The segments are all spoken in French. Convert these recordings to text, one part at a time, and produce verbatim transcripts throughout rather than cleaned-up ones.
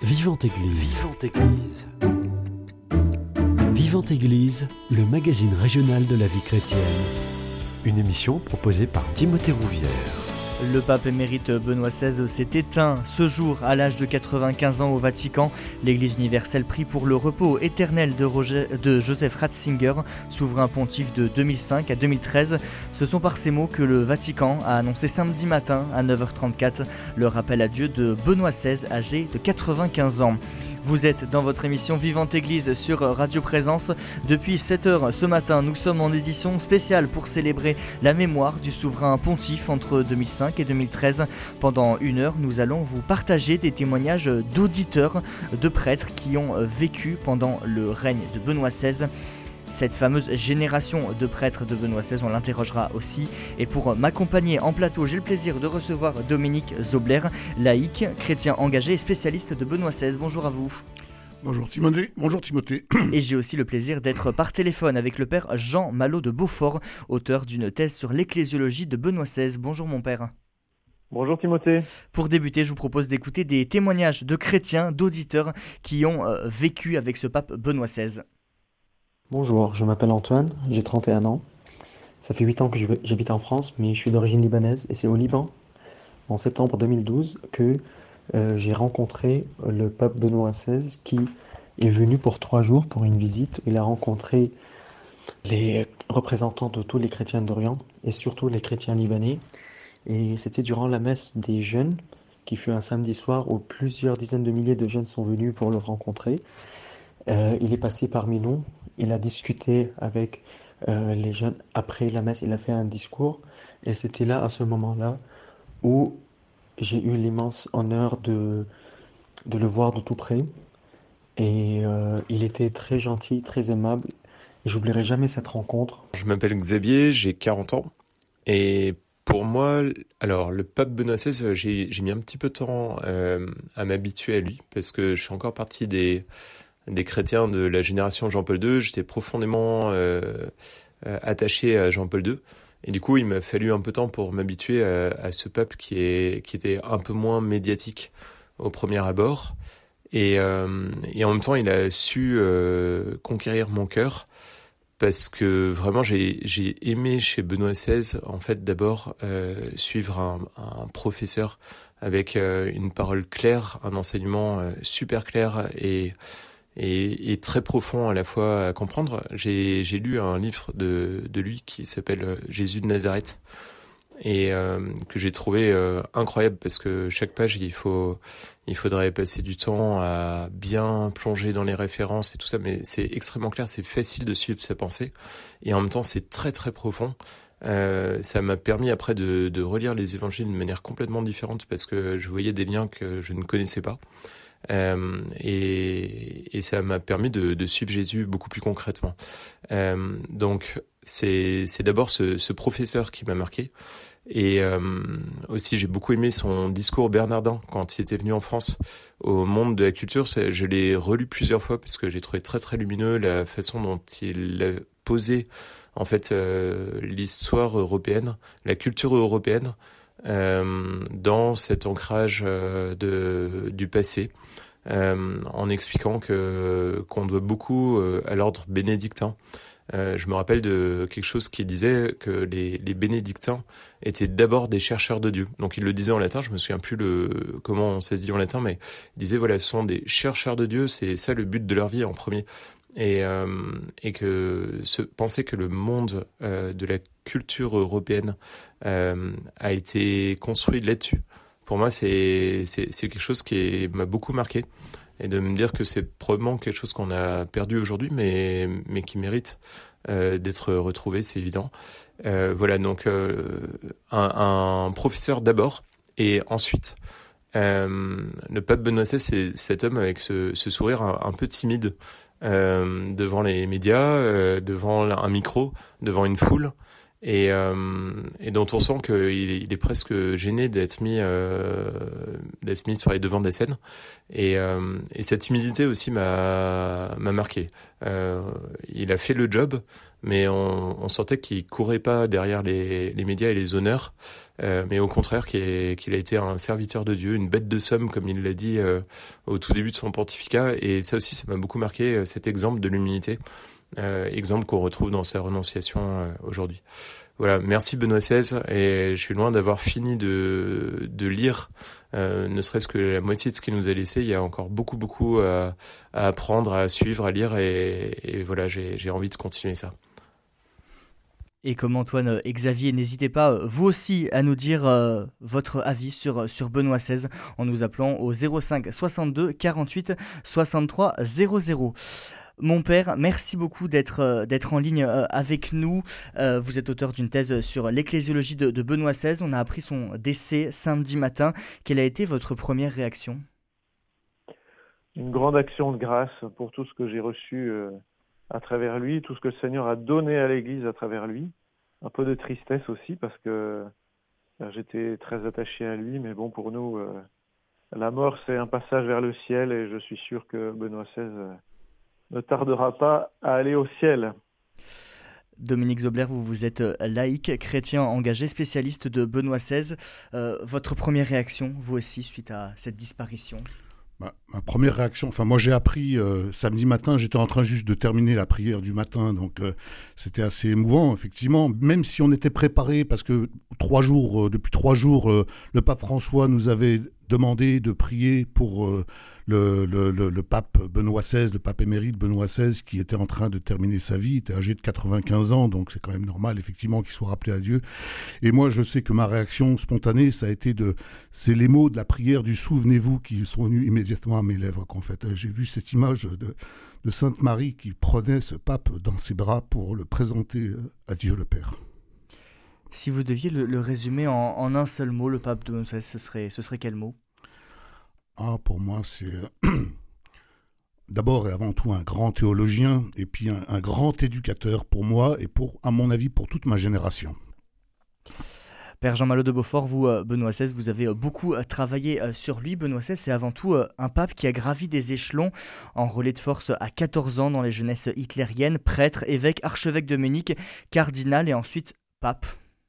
Vivante Église. Vivante Église. Vivante Église, le magazine régional de la vie chrétienne. Une émission proposée par Timothée Rouvière. Le pape émérite Benoît seize s'est éteint ce jour à l'âge de quatre-vingt-quinze ans au Vatican. L'Église universelle prie pour le repos éternel de, Roger, de Joseph Ratzinger, souverain pontife de deux mille cinq à deux mille treize. Ce sont par ces mots que le Vatican a annoncé samedi matin à neuf heures trente-quatre le rappel à Dieu de Benoît seize, âgé de quatre-vingt-quinze ans. Vous êtes dans votre émission Vivante Église sur Radio Présence. Depuis sept heures ce matin, nous sommes en édition spéciale pour célébrer la mémoire du souverain pontife entre deux mille cinq et deux mille treize. Pendant une heure, nous allons vous partager des témoignages d'auditeurs, de prêtres qui ont vécu pendant le règne de Benoît seize. Cette fameuse génération de prêtres de Benoît seize, on l'interrogera aussi. Et pour m'accompagner en plateau, j'ai le plaisir de recevoir Dominique Zobler, laïc, chrétien engagé et spécialiste de Benoît seize. Bonjour à vous. Bonjour Timothée. Bonjour Timothée. Et j'ai aussi le plaisir d'être par téléphone avec le père Jean Malo de Beaufort, auteur d'une thèse sur l'ecclésiologie de Benoît seize. Bonjour mon père. Bonjour Timothée. Pour débuter, je vous propose d'écouter des témoignages de chrétiens, d'auditeurs qui ont euh, vécu avec ce pape Benoît seize. Bonjour, je m'appelle Antoine, j'ai trente et un ans. Ça fait huit ans que j'habite en France, mais je suis d'origine libanaise et c'est au Liban, en septembre deux mille douze, que euh, j'ai rencontré le pape Benoît seize qui est venu pour trois jours pour une visite. Il a rencontré les représentants de tous les chrétiens d'Orient et surtout les chrétiens libanais. Et c'était durant la messe des jeunes, qui fut un samedi soir où plusieurs dizaines de milliers de jeunes sont venus pour le rencontrer. Euh, il est passé parmi nous. Il a discuté avec euh, les jeunes après la messe, il a fait un discours et c'était là, à ce moment-là, où j'ai eu l'immense honneur de, de le voir de tout près. Et euh, il était très gentil, très aimable et j'oublierai jamais cette rencontre. Je m'appelle Xavier, j'ai quarante ans et pour moi, alors le pape Benoît seize, j'ai, j'ai mis un petit peu de temps euh, à m'habituer à lui parce que je suis encore partie des... des chrétiens de la génération Jean-Paul deux, j'étais profondément euh, attaché à Jean-Paul deux. Et du coup, il m'a fallu un peu de temps pour m'habituer à, à ce pape qui, est, qui était un peu moins médiatique au premier abord. Et, euh, et en même temps, il a su euh, conquérir mon cœur parce que vraiment, j'ai, j'ai aimé chez Benoît seize, en fait, d'abord, euh, suivre un, un professeur avec euh, une parole claire, un enseignement euh, super clair et... Et, et très profond à la fois à comprendre. J'ai, j'ai lu un livre de, de lui qui s'appelle Jésus de Nazareth et euh, que j'ai trouvé euh, incroyable parce que chaque page il faut il faudrait passer du temps à bien plonger dans les références et tout ça, mais c'est extrêmement clair, c'est facile de suivre sa pensée et en même temps c'est très très profond. Euh, ça m'a permis après de, de relire les évangiles de manière complètement différente parce que je voyais des liens que je ne connaissais pas. Euh, et, et ça m'a permis de, de suivre Jésus beaucoup plus concrètement. Euh, donc c'est, c'est d'abord ce, ce professeur qui m'a marqué. Et euh, aussi j'ai beaucoup aimé son discours bernardin quand il était venu en France au Monde de la Culture. C'est, je l'ai relu plusieurs fois parce que j'ai trouvé très très lumineux la façon dont il a posé en fait euh, l'histoire européenne, la culture européenne. Euh, dans cet ancrage euh, de, du passé, euh, en expliquant que qu'on doit beaucoup euh, à l'ordre bénédictin. Euh, je me rappelle de quelque chose qui disait que les, les bénédictins étaient d'abord des chercheurs de Dieu. Donc il le disait en latin, je me souviens plus le comment ça se dit en latin, mais il disait voilà, ce sont des chercheurs de Dieu, c'est ça le but de leur vie en premier. Et, euh, et que se, penser que le monde euh, de la culture européenne euh, a été construit là-dessus, pour moi c'est, c'est, c'est quelque chose qui est, m'a beaucoup marqué. Et de me dire que c'est probablement quelque chose qu'on a perdu aujourd'hui, mais, mais qui mérite euh, d'être retrouvé, c'est évident. Euh, voilà, donc euh, un, un professeur d'abord, et ensuite... Euh, le pape Benoît seize, c'est cet homme avec ce, ce sourire un, un peu timide euh, devant les médias, euh, devant un micro, devant une foule, et, euh, et dont on sent qu'il est, il est presque gêné d'être mis, euh, d'être mis sur les devants de la scène. Et, euh, et cette timidité aussi m'a, m'a marqué. Euh, il a fait le job, mais on, on sentait qu'il courait pas derrière les, les médias et les honneurs, euh, mais au contraire qu'il, est, qu'il a été un serviteur de Dieu, une bête de somme, comme il l'a dit euh, au tout début de son pontificat. Et ça aussi, ça m'a beaucoup marqué, cet exemple de l'humilité, euh, exemple qu'on retrouve dans sa renonciation euh, aujourd'hui. Voilà, merci Benoît seize, et je suis loin d'avoir fini de, de lire, euh, ne serait-ce que la moitié de ce qu'il nous a laissé. Il y a encore beaucoup, beaucoup à, à apprendre, à suivre, à lire, et, et voilà, j'ai, j'ai envie de continuer ça. Et comme Antoine et Xavier, n'hésitez pas, vous aussi, à nous dire euh, votre avis sur, sur Benoît seize en nous appelant au zéro cinq soixante-deux quarante-huit soixante-trois zéro zéro. Mon père, merci beaucoup d'être, euh, d'être en ligne euh, avec nous. Euh, vous êtes auteur d'une thèse sur l'ecclésiologie de, de Benoît seize. On a appris son décès samedi matin. Quelle a été votre première réaction ? Une grande action de grâce pour tout ce que j'ai reçu euh, à travers lui, tout ce que le Seigneur a donné à l'Église à travers lui. Un peu de tristesse aussi parce que euh, j'étais très attaché à lui, mais bon, pour nous, euh, la mort, c'est un passage vers le ciel, et je suis sûr que Benoît seize euh, ne tardera pas à aller au ciel. Dominique Zobler, vous, vous êtes laïc, chrétien engagé, spécialiste de Benoît seize. Euh, votre première réaction, vous aussi, suite à cette disparition ? Ma, ma première réaction, enfin moi j'ai appris euh, samedi matin, j'étais en train juste de terminer la prière du matin, donc euh, c'était assez émouvant, effectivement, même si on était préparé, parce que trois jours, euh, depuis trois jours, euh, le pape François nous avait demandé de prier pour euh, le, le, le, le pape Benoît seize, le pape émérite Benoît seize, qui était en train de terminer sa vie, il était âgé de quatre-vingt-quinze ans, donc c'est quand même normal, effectivement, qu'il soit rappelé à Dieu. Et moi, je sais que ma réaction spontanée, ça a été de... C'est les mots de la prière du « Souvenez-vous » qui sont venus immédiatement à mes lèvres, qu'en fait. J'ai vu cette image de, de Sainte Marie qui prenait ce pape dans ses bras pour le présenter à Dieu le Père. Si vous deviez le, le résumer en, en un seul mot, le pape Benoît seize, ce serait, ce serait quel mot ? Ah, pour moi, c'est d'abord et avant tout un grand théologien, et puis un, un grand éducateur pour moi, et pour, à mon avis, pour toute ma génération. Père Jean Malo de Beaufort, vous, Benoît seize, vous avez beaucoup travaillé sur lui. Benoît seize, c'est avant tout un pape qui a gravi des échelons en relais de force à quatorze ans dans les jeunesses hitlériennes, prêtre, évêque, archevêque de Munich, cardinal et ensuite pape.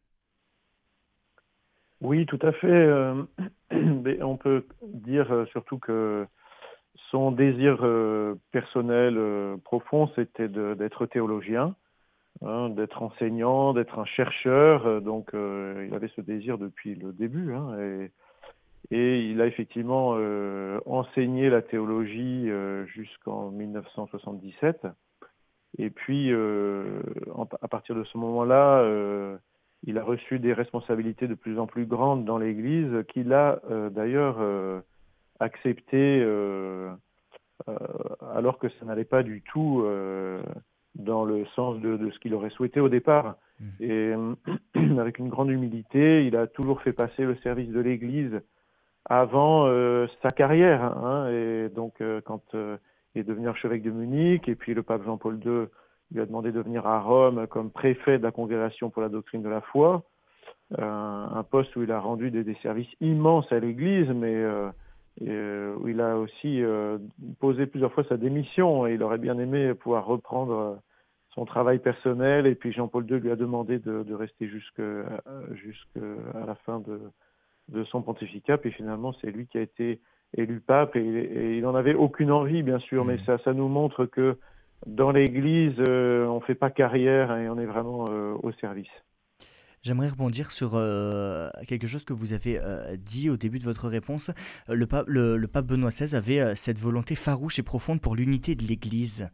Oui, tout à fait. Euh, mais on peut dire euh, surtout que son désir euh, personnel euh, profond, c'était de, d'être théologien, hein, d'être enseignant, d'être un chercheur. Euh, donc, euh, il avait ce désir depuis le début. Hein, et, et il a effectivement euh, enseigné la théologie euh, jusqu'en dix-neuf cent soixante-dix-sept. Et puis, euh, en, à partir de ce moment-là, euh, il a reçu des responsabilités de plus en plus grandes dans l'Église, qu'il a euh, d'ailleurs euh, accepté, euh, euh, alors que ça n'allait pas du tout euh, dans le sens de, de ce qu'il aurait souhaité au départ. Mmh. Et euh, avec une grande humilité, il a toujours fait passer le service de l'Église avant euh, sa carrière. Hein, et donc, euh, quand euh, il est devenu archevêque de Munich, et puis le pape Jean-Paul deux lui a demandé de venir à Rome comme préfet de la Congrégation pour la doctrine de la foi, euh, un poste où il a rendu des, des services immenses à l'Église, mais euh, et, euh, où il a aussi euh, posé plusieurs fois sa démission, et il aurait bien aimé pouvoir reprendre son travail personnel, et puis Jean-Paul deux lui a demandé de, de rester jusqu'à la fin de, de son pontificat, et finalement c'est lui qui a été élu pape, et, et il n'en avait aucune envie, bien sûr, mmh. mais ça, ça nous montre que dans l'Église, euh, on ne fait pas carrière, hein, et on est vraiment euh, au service. J'aimerais rebondir sur euh, quelque chose que vous avez euh, dit au début de votre réponse. Le pape, le, le pape Benoît seize avait euh, cette volonté farouche et profonde pour l'unité de l'Église.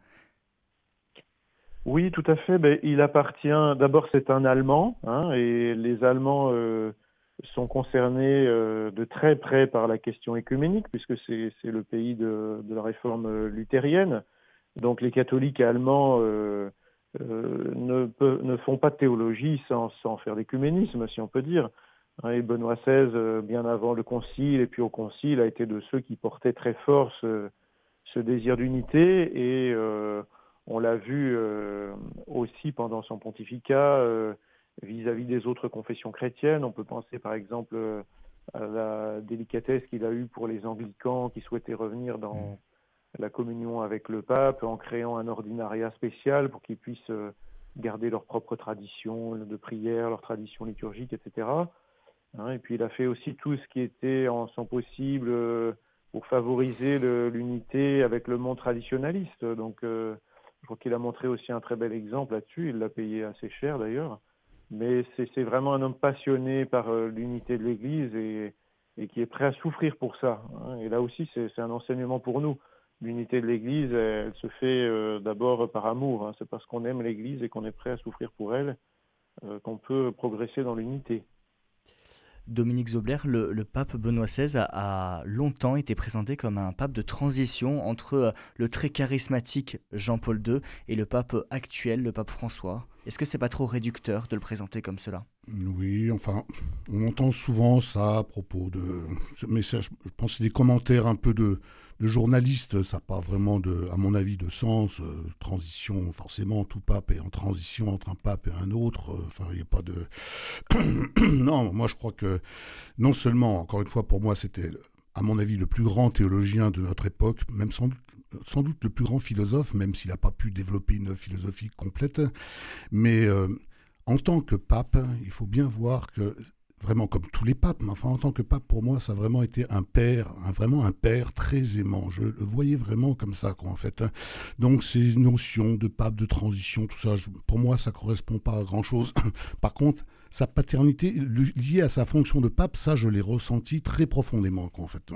Oui, tout à fait. Ben, il appartient, d'abord c'est un Allemand, hein, et les Allemands euh, sont concernés euh, de très près par la question œcuménique, puisque c'est, c'est le pays de, de la réforme luthérienne. Donc les catholiques allemands euh, euh, ne, peut, ne font pas de théologie sans, sans faire d'écuménisme, si on peut dire. Et Benoît seize, euh, bien avant le concile et puis au concile, a été de ceux qui portaient très fort ce, ce désir d'unité. Et euh, on l'a vu euh, aussi pendant son pontificat, euh, vis-à-vis des autres confessions chrétiennes. On peut penser par exemple euh, à la délicatesse qu'il a eue pour les anglicans qui souhaitaient revenir dans la communion avec le pape en créant un ordinariat spécial pour qu'ils puissent euh, garder leurs propres traditions de prière, leurs traditions liturgiques, et cetera. Hein, et puis il a fait aussi tout ce qui était en son possible euh, pour favoriser le- l'unité avec le monde traditionnaliste. Donc euh, je crois qu'il a montré aussi un très bel exemple là-dessus. Il l'a payé assez cher d'ailleurs. Mais c'est c'est vraiment un homme passionné par euh, l'unité de l'Église et, et qui est prêt à souffrir pour ça. Hein. Et là aussi, c'est c'est un enseignement pour nous. L'unité de l'Église, elle, elle se fait euh, d'abord par amour. Hein. C'est parce qu'on aime l'Église et qu'on est prêt à souffrir pour elle euh, qu'on peut progresser dans l'unité. Dominique Zobler, le, le pape Benoît seize a, a longtemps été présenté comme un pape de transition entre euh, le très charismatique Jean-Paul deux et le pape actuel, le pape François. Est-ce que c'est pas trop réducteur de le présenter comme cela? Oui, enfin, on entend souvent ça à propos de... Mais ça, je je pense que c'est des commentaires un peu de, de journalistes, ça n'a pas vraiment, de, à mon avis, de sens. Euh, transition, forcément, tout pape est en transition entre un pape et un autre. Euh, Enfin, il n'y a pas de... Non, moi je crois que non seulement, encore une fois, pour moi, c'était, à mon avis, le plus grand théologien de notre époque, même sans doute, sans doute le plus grand philosophe, même s'il n'a pas pu développer une philosophie complète, mais... euh, en tant que pape, il faut bien voir que, vraiment comme tous les papes, mais enfin en tant que pape, pour moi, ça a vraiment été un père, un, vraiment un père très aimant. Je le voyais vraiment comme ça, quoi, en fait. Hein. Donc ces notions de pape, de transition, tout ça, je- pour moi, ça correspond pas à grand-chose. Par contre, sa paternité li- liée à sa fonction de pape, ça, je l'ai ressenti très profondément, quoi, en fait.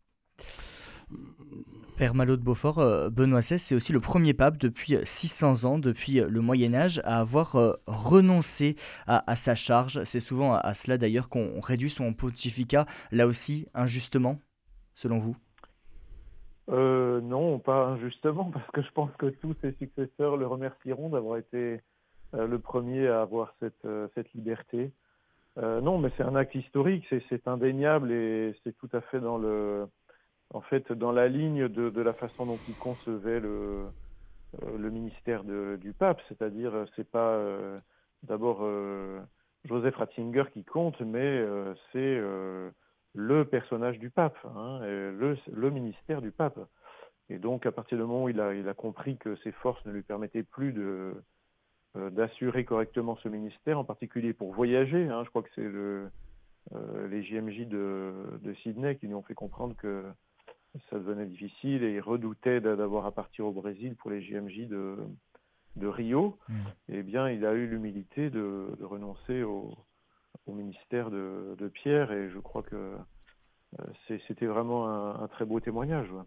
Père Malo de Beaufort, euh, Benoît seize, c'est aussi le premier pape depuis six cents ans, depuis euh, le Moyen-Âge, à avoir euh, renoncé à, à sa charge. C'est souvent à, à cela d'ailleurs qu'on réduit son pontificat, là aussi injustement, selon vous? Euh, non, pas injustement, parce que je pense que tous ses successeurs le remercieront d'avoir été euh, le premier à avoir cette, euh, cette liberté. Euh, non, mais c'est un acte historique, c'est c'est indéniable et c'est tout à fait dans le, en fait, dans la ligne de, de la façon dont il concevait le, euh, le ministère de- du pape. C'est-à-dire, euh, c'est pas euh, d'abord euh, Joseph Ratzinger qui compte, mais euh, c'est euh, le personnage du pape, hein, et le, le ministère du pape. Et donc, à partir du moment où il a, il a compris que ses forces ne lui permettaient plus de, euh, d'assurer correctement ce ministère, en particulier pour voyager, hein, je crois que c'est le, euh, les J M J de, de Sydney qui lui ont fait comprendre que ça devenait difficile et il redoutait d'a- d'avoir à partir au Brésil pour les J M J de, de Rio. Mm. Eh bien, il a eu l'humilité de, de renoncer au, au ministère de, de Pierre et je crois que euh, c'est- c'était vraiment un, un très beau témoignage. Ouais.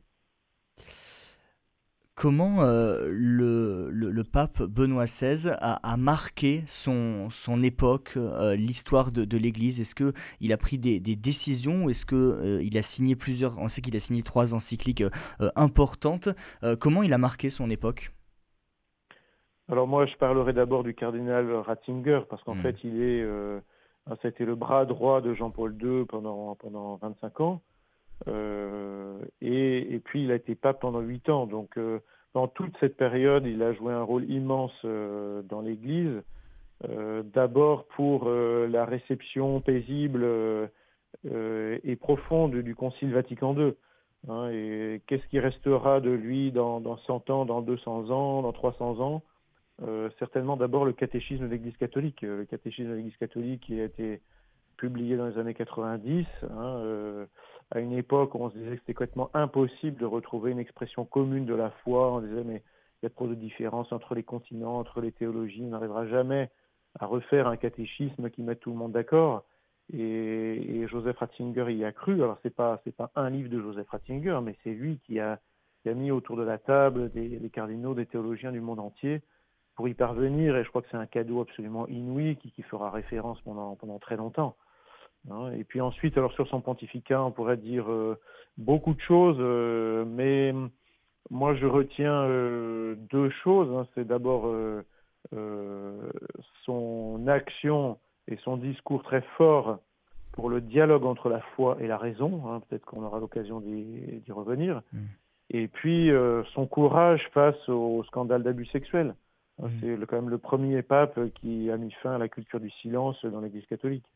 Comment euh, le, le- le pape Benoît seize a, a marqué son, son époque, euh, l'histoire de, de l'Église? Est-ce qu'il a pris des, des décisions ou est-ce qu'il a signé plusieurs... On sait qu'il a signé trois encycliques euh, euh, importantes. Euh, comment il a marqué son époque? Alors moi, je parlerai d'abord du cardinal Ratzinger parce qu'en Hmm. fait, il est, euh, hein, ça a été le bras droit de Jean-Paul deux pendant, pendant vingt-cinq ans. Euh, et, et puis il a été pape pendant huit ans. Donc euh, pendant toute cette période, il a joué un rôle immense euh, dans l'Église. Euh, d'abord pour euh, la réception paisible euh, euh, et profonde du Concile Vatican deux. Hein, et qu'est-ce qui restera de lui dans, dans cent ans, dans deux cents ans, dans trois cents ans? Euh, certainement d'abord le catéchisme de l'Église catholique. Euh, Le catéchisme de l'Église catholique qui a été publié dans les années quatre-vingt-dix, hein, euh, à une époque où on se disait que c'était complètement impossible de retrouver une expression commune de la foi. On disait mais il y a trop de différences entre les continents, entre les théologies, on n'arrivera jamais à refaire un catéchisme qui mette tout le monde d'accord. Et, et Joseph Ratzinger y a cru. Alors c'est pas c'est pas un livre de Joseph Ratzinger, mais c'est lui qui a, qui a mis autour de la table des, des cardinaux, des théologiens du monde entier pour y parvenir. Et je crois que c'est un cadeau absolument inouï qui, qui fera référence pendant pendant très longtemps. Hein. Et puis ensuite, alors sur son pontificat, on pourrait dire euh, beaucoup de choses, euh, mais moi je retiens euh, deux choses. Hein. C'est d'abord euh, euh, son action et son discours très fort pour le dialogue entre la foi et la raison. Hein. Peut-être qu'on aura l'occasion d'y, d'y revenir. Mm. Et puis euh, son courage face au scandale d'abus sexuels. Hein, Mmh. C'est le- quand même le premier pape qui a mis fin à la culture du silence dans l'Église catholique.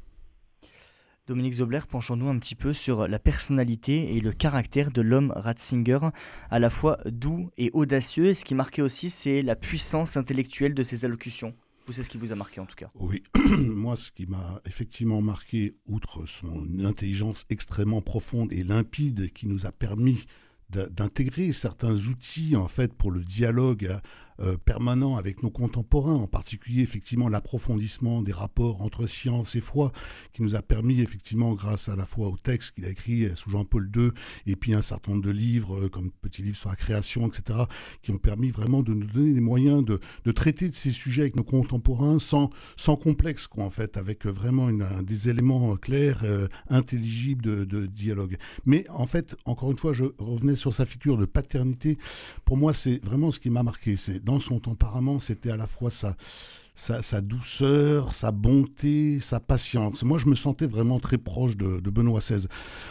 Dominique Zobler, penchons-nous un petit peu sur la personnalité et le caractère de l'homme Ratzinger, à la fois doux et audacieux. Et ce qui marquait aussi, c'est la puissance intellectuelle de ses allocutions. Vous, c'est ce qui vous a marqué en tout cas. Oui, moi, ce qui m'a effectivement marqué, outre son intelligence extrêmement profonde et limpide, qui nous a permis de- d'intégrer certains outils en fait pour le dialogue euh, permanent avec nos contemporains, en particulier effectivement l'approfondissement des rapports entre science et foi, qui nous a permis effectivement, grâce à la fois au texte qu'il a écrit sous Jean-Paul deux, et puis un certain nombre de livres euh, comme Petit livre sur la création, et cetera, qui ont permis vraiment de nous donner les moyens de, de traiter de ces sujets avec nos contemporains sans, sans complexe, quoi, en fait, avec vraiment une, un, des éléments clairs, euh, intelligibles de, de dialogue. Mais en fait, encore une fois, je revenais sur sa figure de paternité. Pour moi, c'est vraiment ce qui m'a marqué. C'est dans son tempérament, c'était à la fois sa, sa, sa douceur, sa bonté, sa patience. Moi, je me sentais vraiment très proche de, de Benoît seize.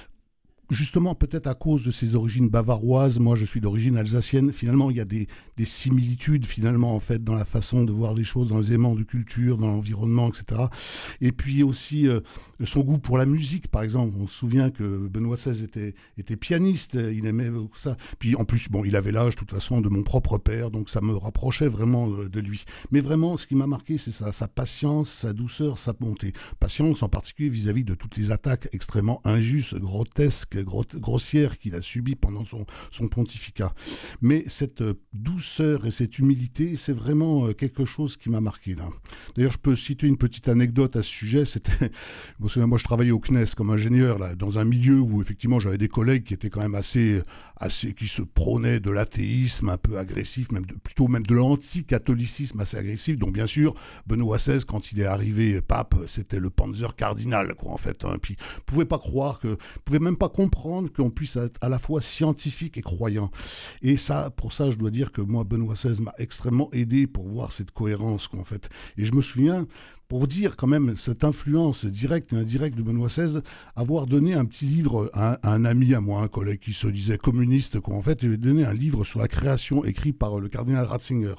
Justement, peut-être à cause de ses origines bavaroises, moi je suis d'origine alsacienne, finalement il y a des, des similitudes finalement en fait dans la façon de voir les choses, dans les éléments de culture, dans l'environnement, et cetera. Et puis aussi euh, son goût pour la musique, par exemple. On se souvient que Benoît seize était, était pianiste, il aimait ça. Puis en plus, bon, il avait l'âge de toute façon de mon propre père, donc ça me rapprochait vraiment de, de lui. Mais vraiment, ce qui m'a marqué, c'est ça, sa patience, sa douceur, sa bonté. Patience en particulier vis-à-vis de toutes les attaques extrêmement injustes, grotesques, grossière qu'il a subie pendant son, son pontificat. Mais cette douceur et cette humilité, c'est vraiment quelque chose qui m'a marqué là. D'ailleurs, je peux citer une petite anecdote à ce sujet. C'était, moi je travaillais au C N E S comme ingénieur là, dans un milieu où effectivement j'avais des collègues qui étaient quand même assez, assez qui se prônaient de l'athéisme un peu agressif, même de, plutôt même de l'anti-catholicisme assez agressif. Donc bien sûr, Benoît seize, quand il est arrivé pape, c'était le Panzer cardinal, quoi, en fait. Hein. Puis, vous pouvez pas croire que, vous pouvez même pas comprendre qu'on puisse être à la fois scientifique et croyant. Et ça, pour ça, je dois dire que moi, Benoît seize m'a extrêmement aidé pour voir cette cohérence, quoi, en fait. Et je me souviens, pour dire quand même cette influence directe et indirecte de Benoît seize, avoir donné un petit livre à un, à un ami à moi, un collègue qui se disait communiste, quoi, en fait, je lui ai donné un livre sur la création écrit par le cardinal Ratzinger.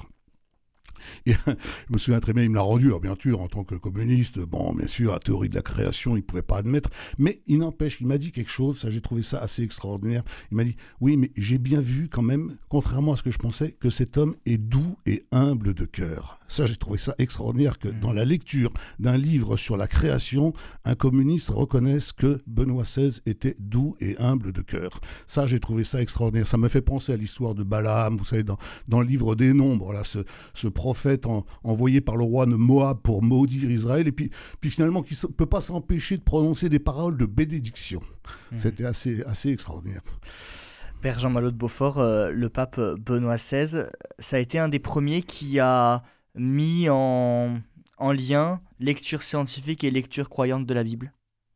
Et je me souviens très bien, il me l'a rendu, alors bien sûr, en tant que communiste, bon, bien sûr, la théorie de la création, il ne pouvait pas admettre, mais il n'empêche, il m'a dit quelque chose, ça, j'ai trouvé ça assez extraordinaire. Il m'a dit, oui, mais j'ai bien vu quand même, contrairement à ce que je pensais, que cet homme est doux et humble de cœur. Ça, j'ai trouvé ça extraordinaire que dans la lecture d'un livre sur la création, un communiste reconnaisse que Benoît seize était doux et humble de cœur. Ça, j'ai trouvé ça extraordinaire. Ça me fait penser à l'histoire de Balaam, vous savez, dans, dans le livre des Nombres, là, ce, ce prophète en, envoyé par le roi de Moab pour maudire Israël, et puis, puis finalement qui ne peut pas s'empêcher de prononcer des paroles de bénédiction. Mmh. C'était assez, assez extraordinaire. Père Jean-Malo de Beaufort, euh, le pape Benoît seize, ça a été un des premiers qui a mis en, en lien lecture scientifique et lecture croyante de la Bible.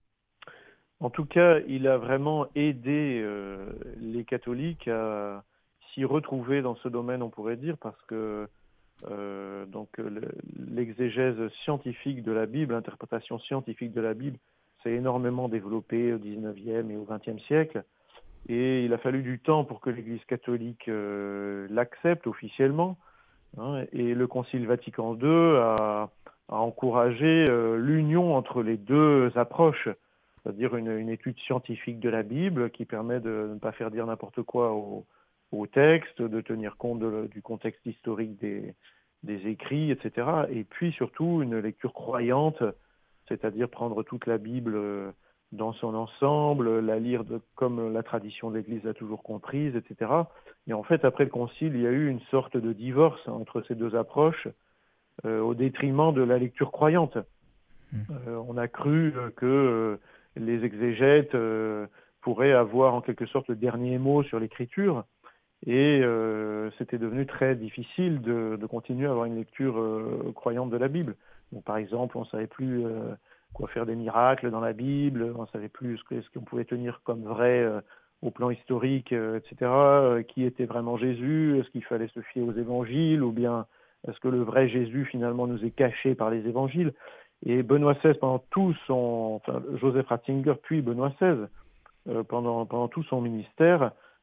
En tout cas, il a vraiment aidé euh, les catholiques à s'y retrouver dans ce domaine, on pourrait dire, parce que Euh, donc le, l'exégèse scientifique de la Bible, l'interprétation scientifique de la Bible s'est énormément développée au dix-neuvième et au vingtième siècle, et il a fallu du temps pour que l'Église catholique euh, l'accepte officiellement, hein, et le Concile Vatican deux a, a encouragé euh, l'union entre les deux approches, c'est-à-dire une, une étude scientifique de la Bible qui permet de ne pas faire dire n'importe quoi au au texte, de tenir compte de, du contexte historique des, des écrits, et cetera. Et puis surtout une lecture croyante, c'est-à-dire prendre toute la Bible dans son ensemble, la lire de, comme la tradition de l'Église l'a toujours comprise, et cetera. Et en fait, après le Concile, il y a eu une sorte de divorce entre ces deux approches euh, au détriment de la lecture croyante. Euh, on a cru que euh, les exégètes euh, pourraient avoir en quelque sorte le dernier mot sur l'écriture, et euh, c'était devenu très difficile de, de continuer à avoir une lecture euh, croyante de la Bible. Donc, par exemple, on ne savait plus euh, quoi faire des miracles dans la Bible, on ne savait plus ce, que, ce qu'on pouvait tenir comme vrai euh, au plan historique, euh, et cetera. Euh, qui était vraiment Jésus? Est-ce qu'il fallait se fier aux évangiles? Ou bien est-ce que le vrai Jésus, finalement, nous est caché par les évangiles? Et Benoît seize, pendant tout son... Enfin, Joseph Ratzinger, puis Benoît seize, euh, pendant, pendant tout son ministère,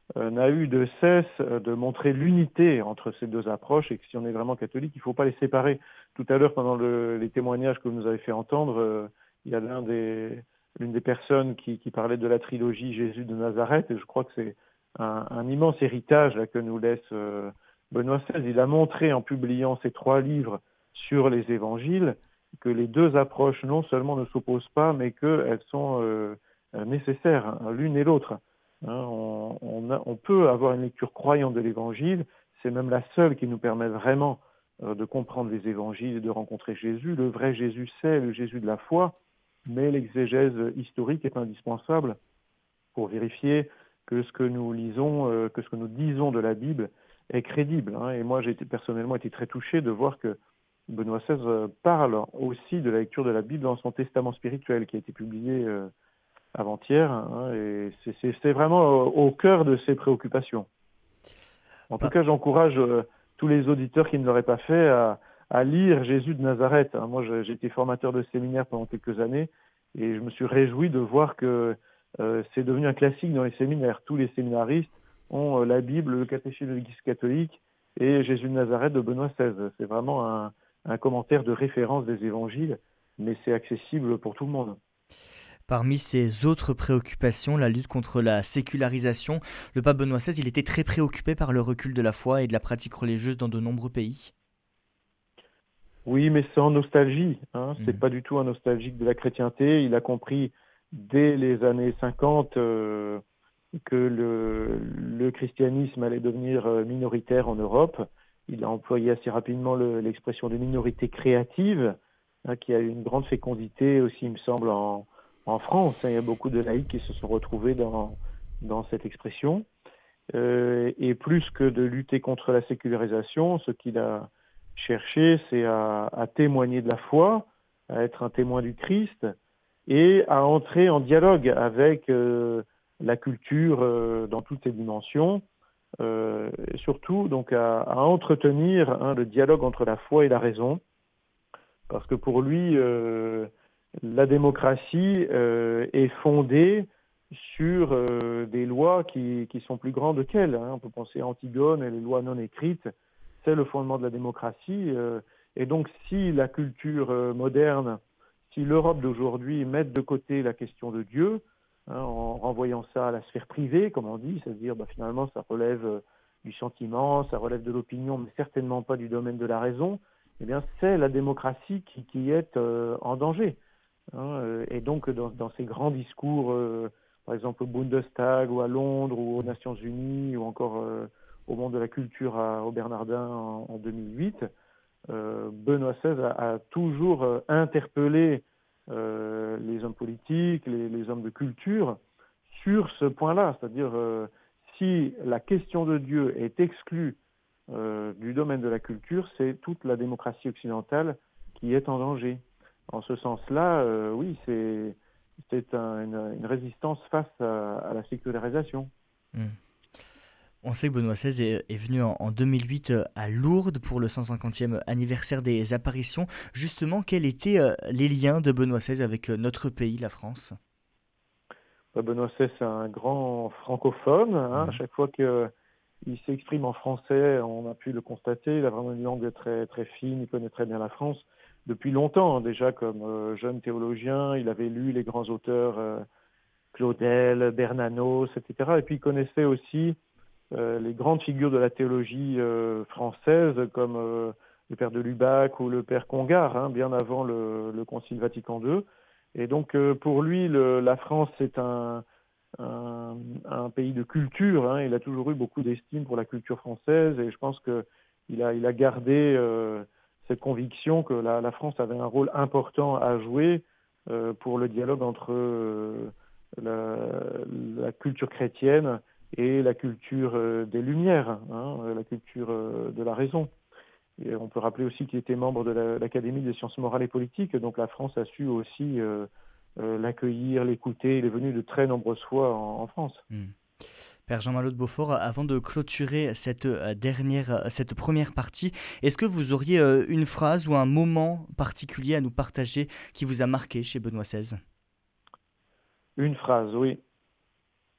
euh, n'a eu de cesse euh, de montrer l'unité entre ces deux approches et que si on est vraiment catholique, il ne faut pas les séparer. Tout à l'heure, pendant le, les témoignages que vous nous avez fait entendre, euh, il y a l'un des, l'une des personnes qui, qui parlait de la trilogie Jésus de Nazareth, et je crois que c'est un, un immense héritage là, que nous laisse euh, Benoît seize. Il a montré en publiant ces trois livres sur les évangiles que les deux approches non seulement ne s'opposent pas, mais qu'elles sont euh, nécessaires, hein, l'une et l'autre. Hein, on, on, a, on peut avoir une lecture croyante de l'Évangile, c'est même la seule qui nous permet vraiment euh, de comprendre les Évangiles et de rencontrer Jésus. Le vrai Jésus, c'est le Jésus de la foi, mais l'exégèse historique est indispensable pour vérifier que ce que nous lisons, euh, que ce que nous disons de la Bible est crédible. Hein. Et moi, j'ai été, personnellement été très touché de voir que Benoît seize euh, parle aussi de la lecture de la Bible dans son Testament spirituel qui a été publié euh, avant-hier, hein, et c'est, c'est, c'est vraiment au, au cœur de ses préoccupations. En tout cas, j'encourage euh, tous les auditeurs qui ne l'auraient pas fait à, à lire Jésus de Nazareth. Hein. Moi, j'ai été formateur de séminaire pendant quelques années et je me suis réjoui de voir que euh, c'est devenu un classique dans les séminaires. Tous les séminaristes ont euh, la Bible, le catéchisme de l'Église catholique et Jésus de Nazareth de Benoît seize. C'est vraiment un, un commentaire de référence des évangiles, mais c'est accessible pour tout le monde. Parmi ses autres préoccupations, la lutte contre la sécularisation, le pape Benoît seize, il était très préoccupé par le recul de la foi et de la pratique religieuse dans de nombreux pays. Oui, mais sans nostalgie. Hein. C'est Mmh. pas du tout un nostalgique de la chrétienté. Il a compris dès les années cinquante euh, que le, le christianisme allait devenir minoritaire en Europe. Il a employé assez rapidement le, l'expression de minorité créative, hein, qui a eu une grande fécondité aussi, il me semble, en, en France. Hein. Il y a beaucoup de laïcs qui se sont retrouvés dans, dans cette expression. Euh, et plus que de lutter contre la sécularisation, ce qu'il a cherché, c'est à, à témoigner de la foi, à être un témoin du Christ et à entrer en dialogue avec euh, la culture euh, dans toutes ses dimensions, euh, et surtout donc à, à entretenir hein, le dialogue entre la foi et la raison, parce que pour lui, euh, la démocratie euh, est fondée sur euh, des lois qui, qui sont plus grandes qu'elle. Hein. On peut penser à Antigone et les lois non écrites. C'est le fondement de la démocratie. Euh, et donc, si la culture euh, moderne, si l'Europe d'aujourd'hui met de côté la question de Dieu, hein, en renvoyant ça à la sphère privée, comme on dit, c'est-à-dire bah, finalement ça relève euh, du sentiment, ça relève de l'opinion, mais certainement pas du domaine de la raison, eh bien c'est la démocratie qui, qui est euh, en danger. Hein. Et donc, dans, dans ces grands discours, euh, par exemple au Bundestag ou à Londres ou aux Nations Unies ou encore euh, au Monde de la Culture à, au Bernardin en, en deux mille huit, euh, Benoît seize a, a toujours euh, interpellé euh, les hommes politiques, les, les hommes de culture sur ce point-là, c'est-à-dire euh, si la question de Dieu est exclue euh, du domaine de la culture, c'est toute la démocratie occidentale qui est en danger. En ce sens-là, euh, oui, c'est, c'est un, une, une résistance face à, à la sécularisation. Mmh. On sait que Benoît seize est, est venu en, en deux mille huit à Lourdes pour le cent cinquantième anniversaire des apparitions. Justement, quels étaient euh, les liens de Benoît seize avec notre pays, la France ? bah, Benoît seize, c'est un grand francophone. Hein. Mmh. À chaque fois qu'il s'exprime en français, on a pu le constater. Il a vraiment une langue très, très fine, il connaît très bien la France. Depuis longtemps, déjà, comme euh, jeune théologien, il avait lu les grands auteurs euh, Claudel, Bernanos, et cetera. Et puis il connaissait aussi euh, les grandes figures de la théologie euh, française, comme euh, le père de Lubac ou le père Congar, hein, bien avant le, le Concile Vatican deux. Et donc euh, pour lui, le, la France, c'est un, un, un pays de culture. Hein. Il a toujours eu beaucoup d'estime pour la culture française, et je pense qu'il a, il a gardé... Euh, cette conviction que la, la France avait un rôle important à jouer euh, pour le dialogue entre euh, la, la culture chrétienne et la culture euh, des Lumières, hein, la culture euh, de la raison. Et on peut rappeler aussi qu'il était membre de la, l'Académie des sciences morales et politiques, donc la France a su aussi euh, euh, l'accueillir, l'écouter. Il est venu de très nombreuses fois en, en France. Mmh. Père Jean-Malo de Beaufort, avant de clôturer cette dernière, cette première partie, est-ce que vous auriez une phrase ou un moment particulier à nous partager qui vous a marqué chez Benoît seize ? Une phrase, oui.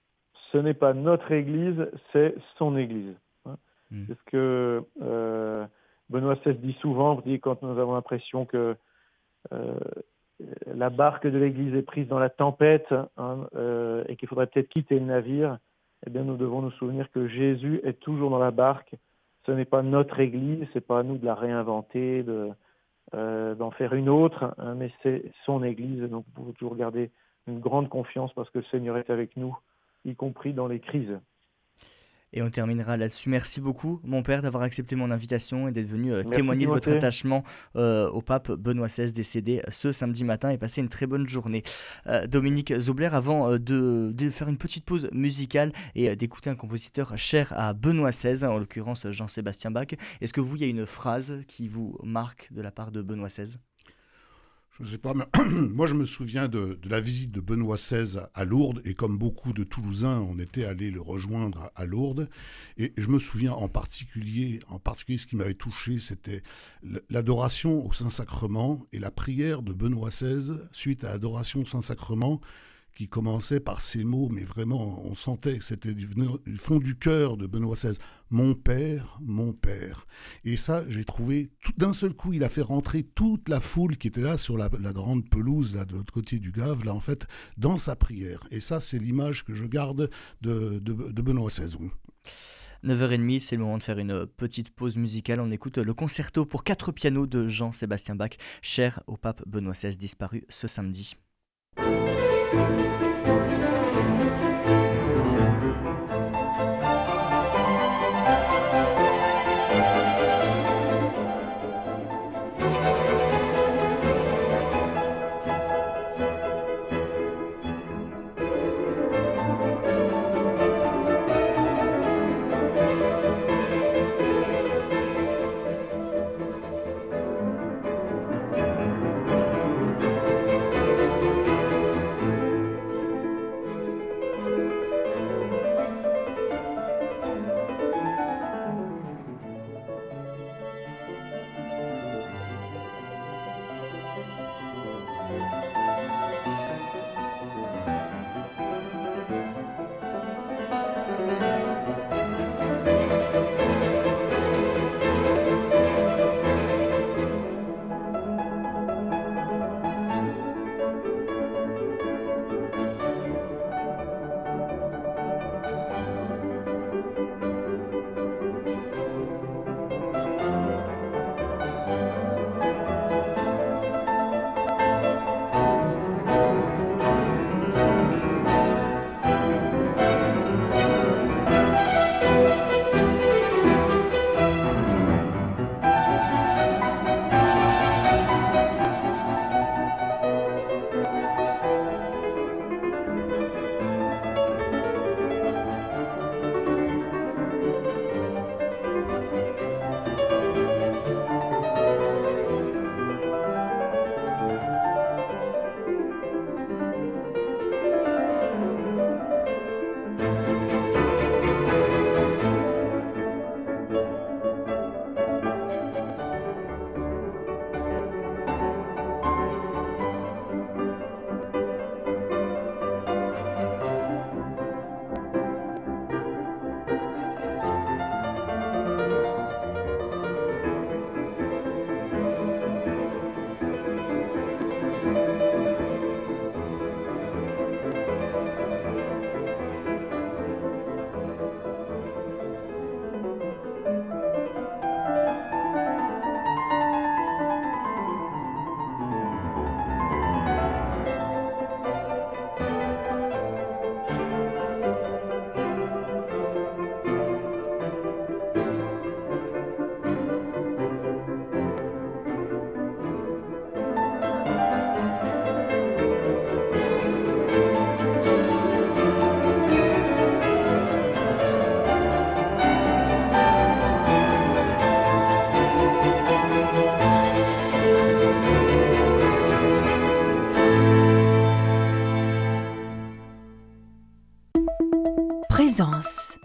ce n'est pas notre Église, c'est son Église. Hein. Mm. C'est ce que euh, Benoît seize dit souvent, dit quand nous avons l'impression que euh, la barque de l'Église est prise dans la tempête hein, euh, et qu'il faudrait peut-être quitter le navire, eh bien nous devons nous souvenir que Jésus est toujours dans la barque. Ce n'est pas notre Église, c'est pas à nous de la réinventer, de, euh, d'en faire une autre, hein, mais c'est son Église. Donc vous pouvez toujours garder une grande confiance parce que le Seigneur est avec nous, y compris dans les crises. Et on terminera là-dessus. Merci beaucoup, mon père, d'avoir accepté mon invitation et d'être venu euh, Merci, témoigner de votre Timothée. attachement euh, au pape Benoît seize, décédé ce samedi matin, et passer une très bonne journée. Euh, Dominique Zobler, avant euh, de, de faire une petite pause musicale et euh, d'écouter un compositeur cher à Benoît seize, en l'occurrence Jean-Sébastien Bach, est-ce que vous, il y a une phrase qui vous marque de la part de Benoît seize ? Je ne sais pas, mais moi je me souviens de, de la visite de Benoît seize à Lourdes, et comme beaucoup de Toulousains, on était allés le rejoindre à, à Lourdes, et je me souviens en particulier, en particulier ce qui m'avait touché, c'était l'adoration au Saint-Sacrement et la prière de Benoît seize suite à l'adoration au Saint-Sacrement, qui commençait par ces mots, mais vraiment, on sentait que c'était du, du fond du cœur de Benoît seize. « Mon père, mon père ». Et ça, j'ai trouvé, tout d'un seul coup, il a fait rentrer toute la foule qui était là sur la, la grande pelouse, là, de l'autre côté du Gave, là, en fait, dans sa prière. Et ça, c'est l'image que je garde de, de, de Benoît seize. Oui. neuf heures trente, c'est le moment de faire une petite pause musicale. On écoute le concerto pour quatre pianos de Jean-Sébastien Bach, cher au pape Benoît seize, disparu ce samedi. Présence.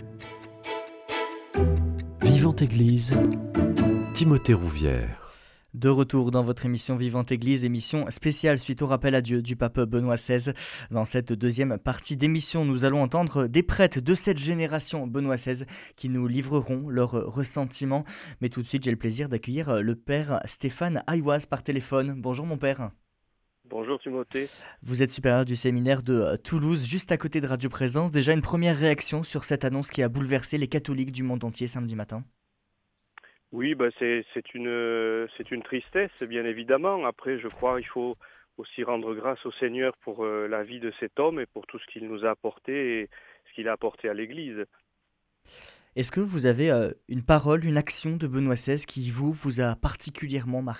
Vivante Église, Timothée Rouvière. De retour dans votre émission Vivante Église, émission spéciale suite au rappel à Dieu du pape Benoît seize. Dans cette deuxième partie d'émission, nous allons entendre des prêtres de cette génération Benoît seize qui nous livreront leurs ressentiments. Mais tout de suite, j'ai le plaisir d'accueillir le père Stéphane Aïwaz par téléphone. Bonjour mon père. Bonjour Timothée. Vous êtes supérieur du séminaire de Toulouse, juste à côté de Radio Présence. Déjà une première réaction sur cette annonce qui a bouleversé les catholiques du monde entier samedi matin. Oui, bah c'est, c'est, une, c'est une tristesse, bien évidemment. Après, je crois qu'il faut aussi rendre grâce au Seigneur pour euh, la vie de cet homme et pour tout ce qu'il nous a apporté et ce qu'il a apporté à l'Église. Est-ce que vous avez euh, une parole, une action de Benoît seize qui, vous, vous a particulièrement marqué ?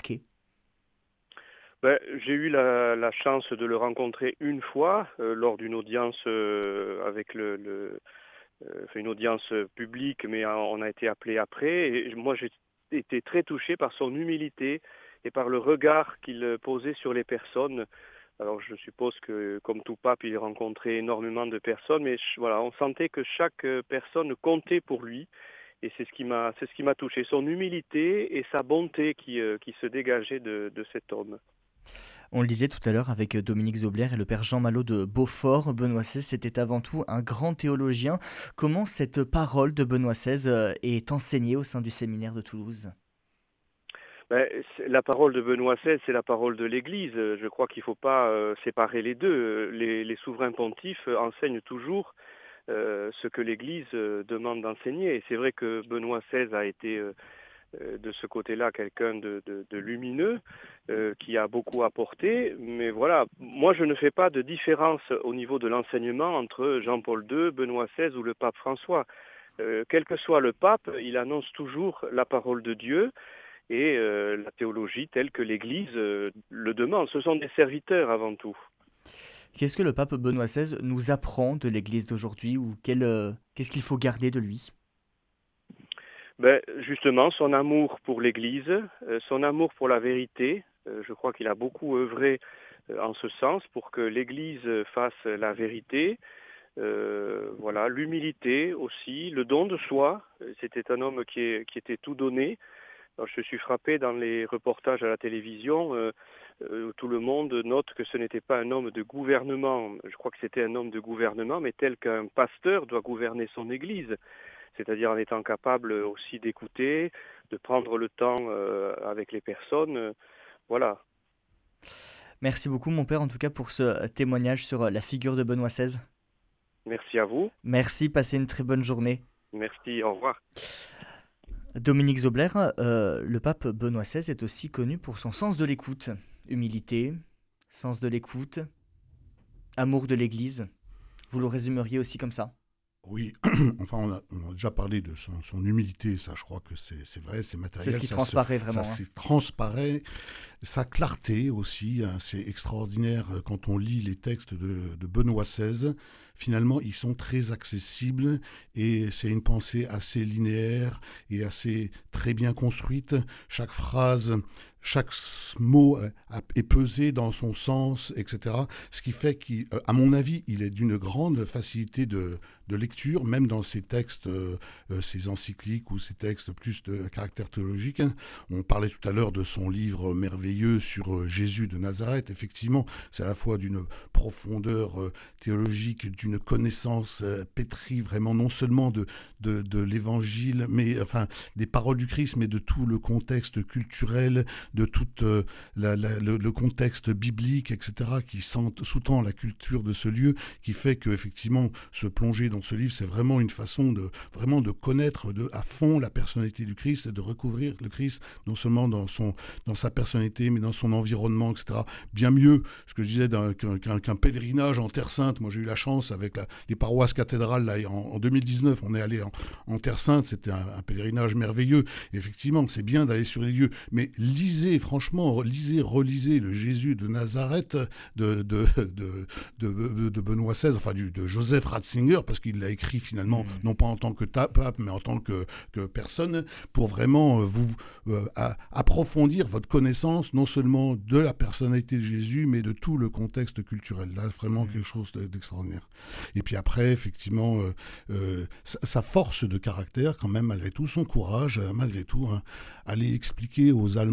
Ben, j'ai eu la, la chance de le rencontrer une fois euh, lors d'une audience euh, avec le... le Euh, fait une audience publique, mais on a été appelé après. Et moi, j'ai été très touché par son humilité et par le regard qu'il posait sur les personnes. Alors, je suppose que, comme tout pape, il rencontrait énormément de personnes, mais voilà, on sentait que chaque personne comptait pour lui. Et c'est ce qui m'a, c'est ce qui m'a touché, son humilité et sa bonté qui, euh, qui se dégageait de, de cet homme. On le disait tout à l'heure avec Dominique Zobler et le père Jean Malo de Beaufort. Benoît seize, c'était avant tout un grand théologien. Comment cette parole de Benoît seize est enseignée au sein du séminaire de Toulouse ? Ben, la parole de Benoît seize, c'est la parole de l'Église. Je crois qu'il ne faut pas euh, séparer les deux. Les, les souverains pontifes enseignent toujours euh, ce que l'Église euh, demande d'enseigner. Et c'est vrai que Benoît seize a été... Euh, de ce côté-là, quelqu'un de, de, de lumineux, euh, qui a beaucoup apporté. Mais voilà, moi je ne fais pas de différence au niveau de l'enseignement entre Jean-Paul deux, Benoît seize ou le pape François. Euh, quel que soit le pape, il annonce toujours la parole de Dieu et euh, la théologie telle que l'Église euh, le demande. Ce sont des serviteurs avant tout. Qu'est-ce que le pape Benoît seize nous apprend de l'Église d'aujourd'hui ou quel, euh, qu'est-ce qu'il faut garder de lui ? Ben, justement, son amour pour l'Église, euh, son amour pour la vérité. Euh, je crois qu'il a beaucoup œuvré euh, en ce sens pour que l'Église fasse la vérité. Euh, voilà, l'humilité aussi, le don de soi. C'était un homme qui, est, qui était tout donné. Alors, je suis frappé dans les reportages à la télévision, euh, euh, tout le monde note que ce n'était pas un homme de gouvernement. Je crois que c'était un homme de gouvernement, mais tel qu'un pasteur doit gouverner son Église. C'est-à-dire en étant capable aussi d'écouter, de prendre le temps euh, avec les personnes. Euh, voilà. Merci beaucoup mon père en tout cas pour ce témoignage sur la figure de Benoît seize. Merci à vous. Merci, passez une très bonne journée. Merci, au revoir. Dominique Zobler, euh, le pape Benoît seize est aussi connu pour son sens de l'écoute. Humilité, sens de l'écoute, amour de l'Église. Vous le résumeriez aussi comme ça ? Oui, enfin on a, on a déjà parlé de son, son humilité, ça je crois que c'est, c'est vrai, c'est matériel. C'est ce qui ça transparaît se, vraiment. Ça hein. se transparaît, sa clarté aussi, hein, c'est extraordinaire quand on lit les textes de, de Benoît seize. Finalement, ils sont très accessibles et c'est une pensée assez linéaire et assez très bien construite. Chaque phrase, chaque mot est pesé dans son sens, et cetera. Ce qui fait qu'à mon avis, il est d'une grande facilité de, de lecture, même dans ses textes, euh, ses encycliques ou ses textes plus de caractère théologique. On parlait tout à l'heure de son livre merveilleux sur Jésus de Nazareth. Effectivement, c'est à la fois d'une profondeur euh, théologique, d'une connaissance euh, pétrie, vraiment non seulement de, de, de l'évangile, mais enfin des paroles du Christ, mais de tout le contexte culturel, de tout euh, la, la, le, le contexte biblique, et cetera, qui sous-tend la culture de ce lieu, qui fait qu'effectivement, se plonger dans ce livre, c'est vraiment une façon de, vraiment de connaître de, à fond la personnalité du Christ, et de recouvrir le Christ, non seulement dans, son, dans sa personnalité, mais dans son environnement, et cetera. Bien mieux, ce que je disais, d'un, qu'un, qu'un pèlerinage en Terre Sainte. Moi, j'ai eu la chance, avec la, les paroisses cathédrales, là, en, en deux mille dix-neuf, on est allé en, en Terre Sainte, c'était un, un pèlerinage merveilleux. Et effectivement, c'est bien d'aller sur les lieux, mais lisez, franchement, lisez, relisez le Jésus de Nazareth de, de, de, de, de, de Benoît seize, enfin du, de Joseph Ratzinger, parce qu'il l'a écrit finalement, mmh. non pas en tant que pape, mais en tant que, que personne, pour vraiment vous euh, à, approfondir votre connaissance, non seulement de la personnalité de Jésus, mais de tout le contexte culturel. Là, vraiment mmh. quelque chose d'extraordinaire. Et puis après, effectivement, euh, euh, sa, sa force de caractère, quand même, malgré tout, son courage, euh, malgré tout, hein, aller expliquer aux Allemands que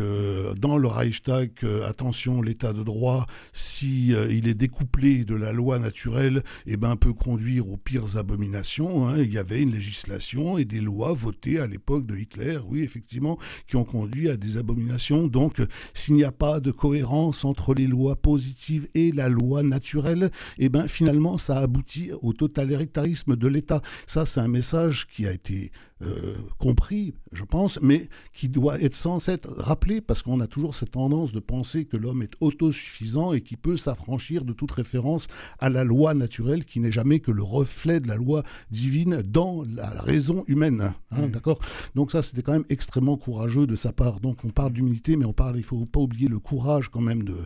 euh, dans le Reichstag, euh, attention, l'état de droit, si euh, il est découplé de la loi naturelle, eh ben, peut conduire aux pires abominations. Hein. Il y avait une législation et des lois votées à l'époque de Hitler, oui, effectivement, qui ont conduit à des abominations. Donc, euh, s'il n'y a pas de cohérence entre les lois positives et la loi naturelle, eh ben, finalement, ça aboutit au totalitarisme de l'État. Ça, c'est un message qui a été Euh, compris, je pense, mais qui doit être sans être rappelé, parce qu'on a toujours cette tendance de penser que l'homme est autosuffisant et qui peut s'affranchir de toute référence à la loi naturelle, qui n'est jamais que le reflet de la loi divine dans la raison humaine. Hein, mmh. D'accord ? Donc ça, c'était quand même extrêmement courageux de sa part. Donc on parle d'humilité, mais on parle, il ne faut pas oublier le courage quand même de,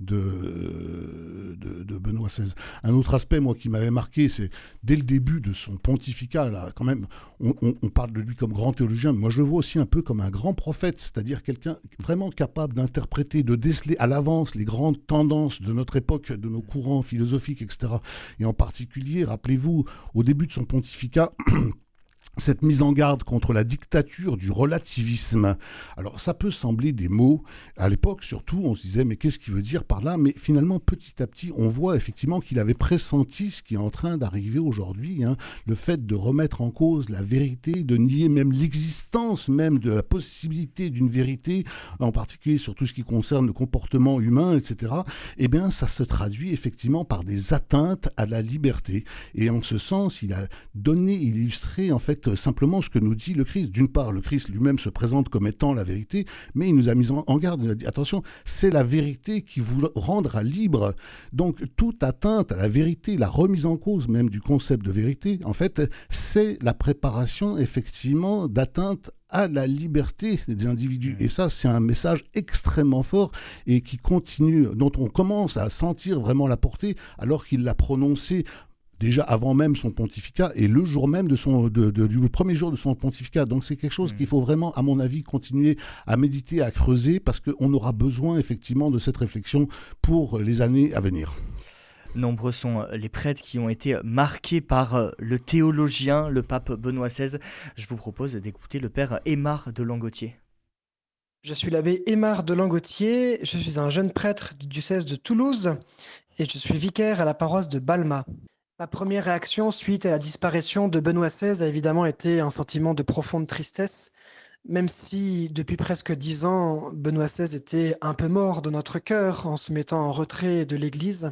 de, de, de Benoît seize. Un autre aspect, moi, qui m'avait marqué, c'est dès le début de son pontificat, là, quand même, on, on, on parle de lui comme grand théologien, mais moi je le vois aussi un peu comme un grand prophète, c'est-à-dire quelqu'un vraiment capable d'interpréter, de déceler à l'avance les grandes tendances de notre époque, de nos courants philosophiques, et cetera. Et en particulier, rappelez-vous, au début de son pontificat, cette mise en garde contre la dictature du relativisme. Alors ça peut sembler des mots, à l'époque surtout, on se disait mais qu'est-ce qu'il veut dire par là ? Mais finalement petit à petit, on voit effectivement qu'il avait pressenti ce qui est en train d'arriver aujourd'hui, hein, le fait de remettre en cause la vérité, de nier même l'existence même de la possibilité d'une vérité, en particulier sur tout ce qui concerne le comportement humain, et cetera. Eh bien ça se traduit effectivement par des atteintes à la liberté. Et en ce sens, il a donné, il a illustré en fait simplement ce que nous dit le Christ. D'une part, le Christ lui-même se présente comme étant la vérité, mais il nous a mis en garde, il a dit attention, c'est la vérité qui vous rendra libre. Donc toute atteinte à la vérité, la remise en cause même du concept de vérité, en fait, c'est la préparation effectivement d'atteinte à la liberté des individus. Et ça, c'est un message extrêmement fort et qui continue, dont on commence à sentir vraiment la portée, alors qu'il l'a prononcé déjà avant même son pontificat et le jour même de son, de, de, du premier jour de son pontificat. Donc c'est quelque chose mmh. qu'il faut vraiment, à mon avis, continuer à méditer, à creuser, parce qu'on aura besoin effectivement de cette réflexion pour les années à venir. Nombreux sont les prêtres qui ont été marqués par le théologien, le pape Benoît seize. Je vous propose d'écouter le père Aymar de Langotier. Je suis l'abbé Aymar de Langotier, je suis un jeune prêtre du diocèse de Toulouse et je suis vicaire à la paroisse de Balma. Ma première réaction suite à la disparition de Benoît seize a évidemment été un sentiment de profonde tristesse, même si depuis presque dix ans, Benoît seize était un peu mort de notre cœur en se mettant en retrait de l'Église.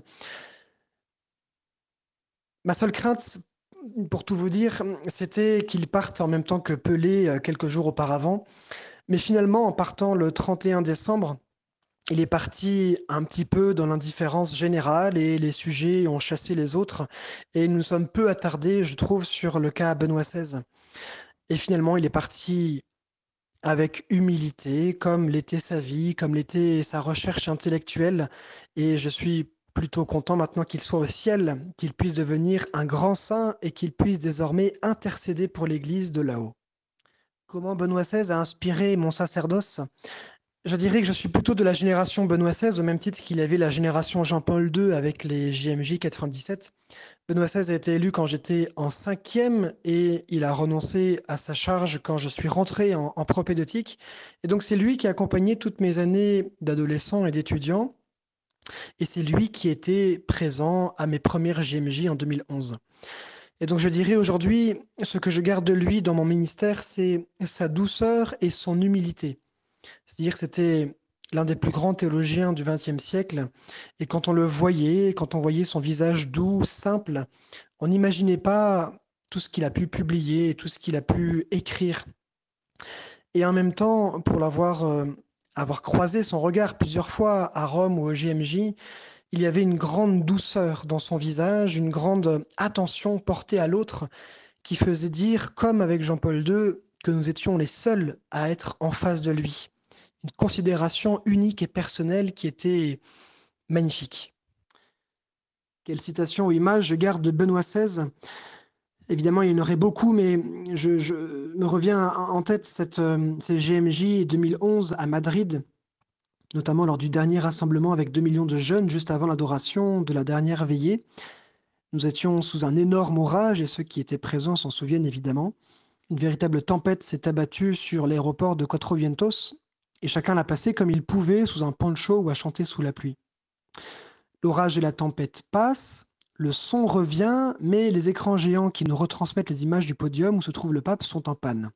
Ma seule crainte, pour tout vous dire, c'était qu'il parte en même temps que Pelé quelques jours auparavant. Mais finalement, en partant le trente et un décembre, il est parti un petit peu dans l'indifférence générale et les sujets ont chassé les autres. Et nous sommes peu attardés, je trouve, sur le cas Benoît seize. Et finalement, il est parti avec humilité, comme l'était sa vie, comme l'était sa recherche intellectuelle. Et je suis plutôt content maintenant qu'il soit au ciel, qu'il puisse devenir un grand saint et qu'il puisse désormais intercéder pour l'Église de là-haut. Comment Benoît seize a inspiré mon sacerdoce ? Je dirais que je suis plutôt de la génération Benoît seize, au même titre qu'il y avait la génération Jean-Paul deux avec les J M J quatre-vingt-dix-sept. Benoît seize a été élu quand j'étais en cinquième et il a renoncé à sa charge quand je suis rentré en, en propédeutique. Et donc c'est lui qui a accompagné toutes mes années d'adolescent et d'étudiant. Et c'est lui qui était présent à mes premières J M J en deux mille onze. Et donc je dirais aujourd'hui, ce que je garde de lui dans mon ministère, c'est sa douceur et son humilité. C'est-à-dire que c'était l'un des plus grands théologiens du vingtième siècle. Et quand on le voyait, quand on voyait son visage doux, simple, on n'imaginait pas tout ce qu'il a pu publier, tout ce qu'il a pu écrire. Et en même temps, pour l'avoir euh, avoir croisé son regard plusieurs fois à Rome ou au J M J, il y avait une grande douceur dans son visage, une grande attention portée à l'autre qui faisait dire, comme avec Jean-Paul deux, que nous étions les seuls à être en face de lui. Une considération unique et personnelle qui était magnifique. Quelle citation ou image je garde de Benoît seize ? Évidemment, il y en aurait beaucoup, mais je, je me revient en tête cette, ces G M J deux mille onze à Madrid, notamment lors du dernier rassemblement avec deux millions de jeunes, juste avant l'adoration de la dernière veillée. Nous étions sous un énorme orage, et ceux qui étaient présents s'en souviennent évidemment. Une véritable tempête s'est abattue sur l'aéroport de Cuatro Vientos, et chacun l'a passé comme il pouvait, sous un poncho ou à chanter sous la pluie. L'orage et la tempête passent, le son revient, mais les écrans géants qui nous retransmettent les images du podium où se trouve le pape sont en panne.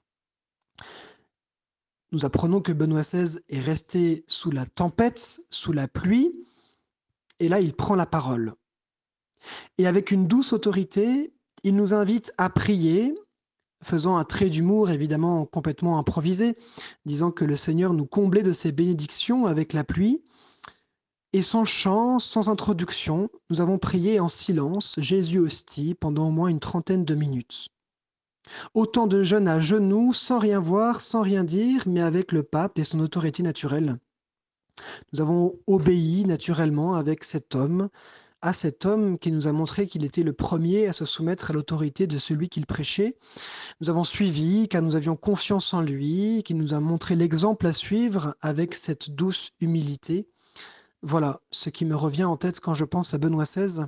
Nous apprenons que Benoît seize est resté sous la tempête, sous la pluie, et là il prend la parole. Et avec une douce autorité, il nous invite à prier, faisant un trait d'humour évidemment complètement improvisé, disant que le Seigneur nous comblait de ses bénédictions avec la pluie. Et sans chant, sans introduction, nous avons prié en silence, Jésus hostie, pendant au moins une trentaine de minutes. Autant de jeunes à genoux, sans rien voir, sans rien dire, mais avec le pape et son autorité naturelle. Nous avons obéi naturellement avec cet homme, à cet homme qui nous a montré qu'il était le premier à se soumettre à l'autorité de celui qu'il prêchait. Nous avons suivi, car nous avions confiance en lui, qui nous a montré l'exemple à suivre avec cette douce humilité. Voilà ce qui me revient en tête quand je pense à Benoît seize.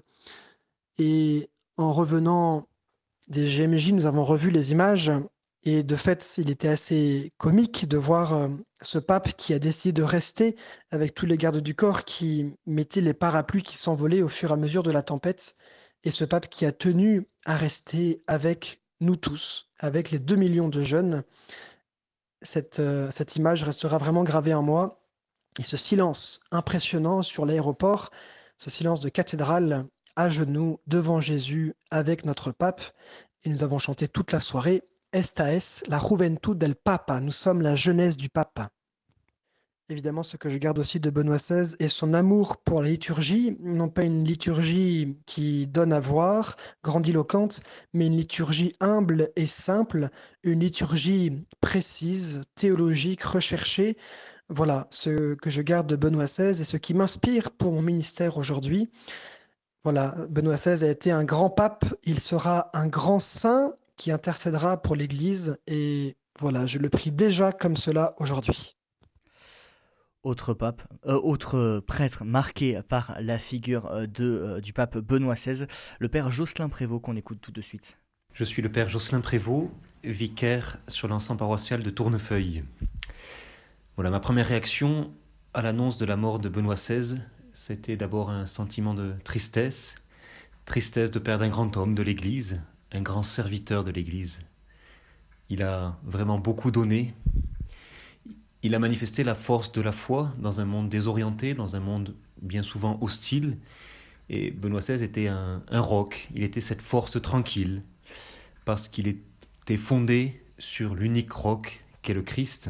Et en revenant des G M J, nous avons revu les images. Et de fait, il était assez comique de voir ce pape qui a décidé de rester avec tous les gardes du corps qui mettaient les parapluies qui s'envolaient au fur et à mesure de la tempête. Et ce pape qui a tenu à rester avec nous tous, avec les deux millions de jeunes. Cette, euh, cette image restera vraiment gravée en moi. Et ce silence impressionnant sur l'aéroport, ce silence de cathédrale à genoux devant Jésus avec notre pape. Et nous avons chanté toute la soirée Esta es la juventud del Papa. Nous sommes la jeunesse du pape. Évidemment, ce que je garde aussi de Benoît seize est son amour pour la liturgie, non pas une liturgie qui donne à voir, grandiloquente, mais une liturgie humble et simple, une liturgie précise, théologique, recherchée. Voilà ce que je garde de Benoît seize et ce qui m'inspire pour mon ministère aujourd'hui. Voilà, Benoît seize a été un grand pape, il sera un grand saint qui intercédera pour l'Église et voilà, je le prie déjà comme cela aujourd'hui. Autre pape, euh, autre prêtre marqué par la figure de, euh, du pape Benoît seize, le père Jocelyn Prévost qu'on écoute tout de suite. Je suis le père Jocelyn Prévost, vicaire sur l'ensemble paroissial de Tournefeuille. Voilà, ma première réaction à l'annonce de la mort de Benoît seize, c'était d'abord un sentiment de tristesse, tristesse de perdre un grand homme de l'Église, un grand serviteur de l'Église. Il a vraiment beaucoup donné. Il a manifesté la force de la foi dans un monde désorienté, dans un monde bien souvent hostile. Et Benoît seize était un, un roc, il était cette force tranquille, parce qu'il était fondé sur l'unique roc qu'est le Christ.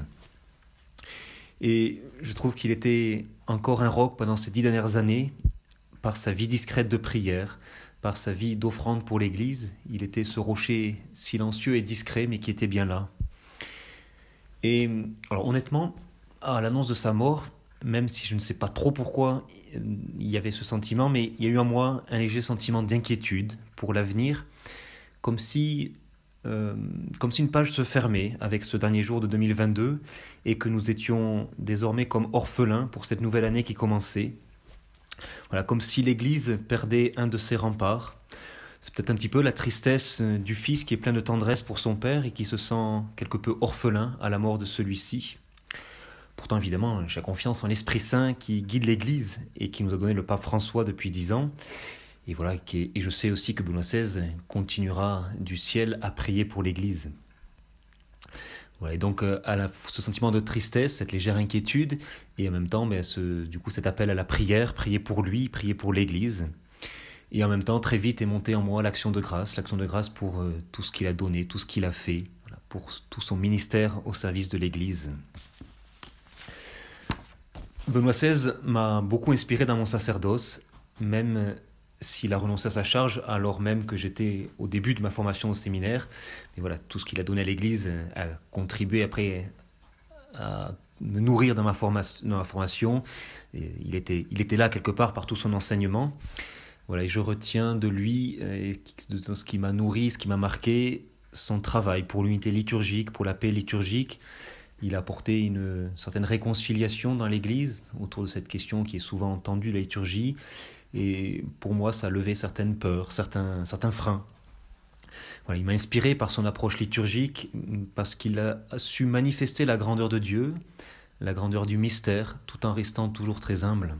Et je trouve qu'il était encore un roc pendant ces dix dernières années, par sa vie discrète de prière, par sa vie d'offrande pour l'Église. Il était ce rocher silencieux et discret, mais qui était bien là. Et alors honnêtement, à l'annonce de sa mort, même si je ne sais pas trop pourquoi il y avait ce sentiment, mais il y a eu en moi un léger sentiment d'inquiétude pour l'avenir, comme si, euh, comme si une page se fermait avec ce dernier jour de deux mille vingt-deux et que nous étions désormais comme orphelins pour cette nouvelle année qui commençait. Voilà, comme si l'Église perdait un de ses remparts. C'est peut-être un petit peu la tristesse du fils qui est plein de tendresse pour son père et qui se sent quelque peu orphelin à la mort de celui-ci. Pourtant, évidemment, j'ai confiance en l'Esprit Saint qui guide l'Église et qui nous a donné le pape François depuis dix ans. Et voilà, et je sais aussi que Benoît seize continuera du ciel à prier pour l'Église. Voilà, et donc à la, ce sentiment de tristesse, cette légère inquiétude, et en même temps, ben, ce, du coup, cet appel à la prière, prier pour lui, prier pour l'Église. Et en même temps, très vite est montée en moi l'action de grâce, l'action de grâce pour euh, tout ce qu'il a donné, tout ce qu'il a fait, voilà, pour tout son ministère au service de l'Église. Benoît seize m'a beaucoup inspiré dans mon sacerdoce, même s'il a renoncé à sa charge, alors même que j'étais au début de ma formation au séminaire. Mais voilà, tout ce qu'il a donné à l'Église a contribué après à me nourrir dans ma, forma- dans ma formation. Et il était, il était là quelque part par tout son enseignement. Voilà, et je retiens de lui, euh, de ce qui m'a nourri, ce qui m'a marqué, son travail pour l'unité liturgique, pour la paix liturgique. Il a apporté une certaine réconciliation dans l'Église autour de cette question qui est souvent entendue, la liturgie. Et pour moi, ça a levé certaines peurs, certains, certains freins. Voilà, il m'a inspiré par son approche liturgique, parce qu'il a su manifester la grandeur de Dieu, la grandeur du mystère, tout en restant toujours très humble.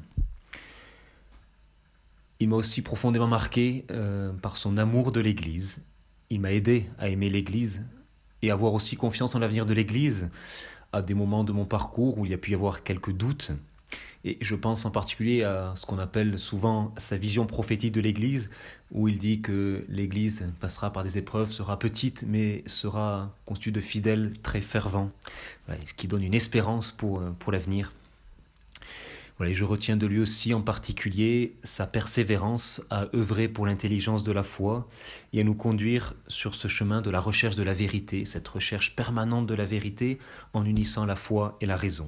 Il m'a aussi profondément marqué euh, par son amour de l'Église. Il m'a aidé à aimer l'Église et à avoir aussi confiance en l'avenir de l'Église à des moments de mon parcours où il y a pu y avoir quelques doutes. Et je pense en particulier à ce qu'on appelle souvent sa vision prophétique de l'Église, où il dit que l'Église passera par des épreuves, sera petite, mais sera constituée de fidèles très fervents, voilà, ce qui donne une espérance pour, pour l'avenir. Voilà, et je retiens de lui aussi en particulier sa persévérance à œuvrer pour l'intelligence de la foi et à nous conduire sur ce chemin de la recherche de la vérité, cette recherche permanente de la vérité en unissant la foi et la raison.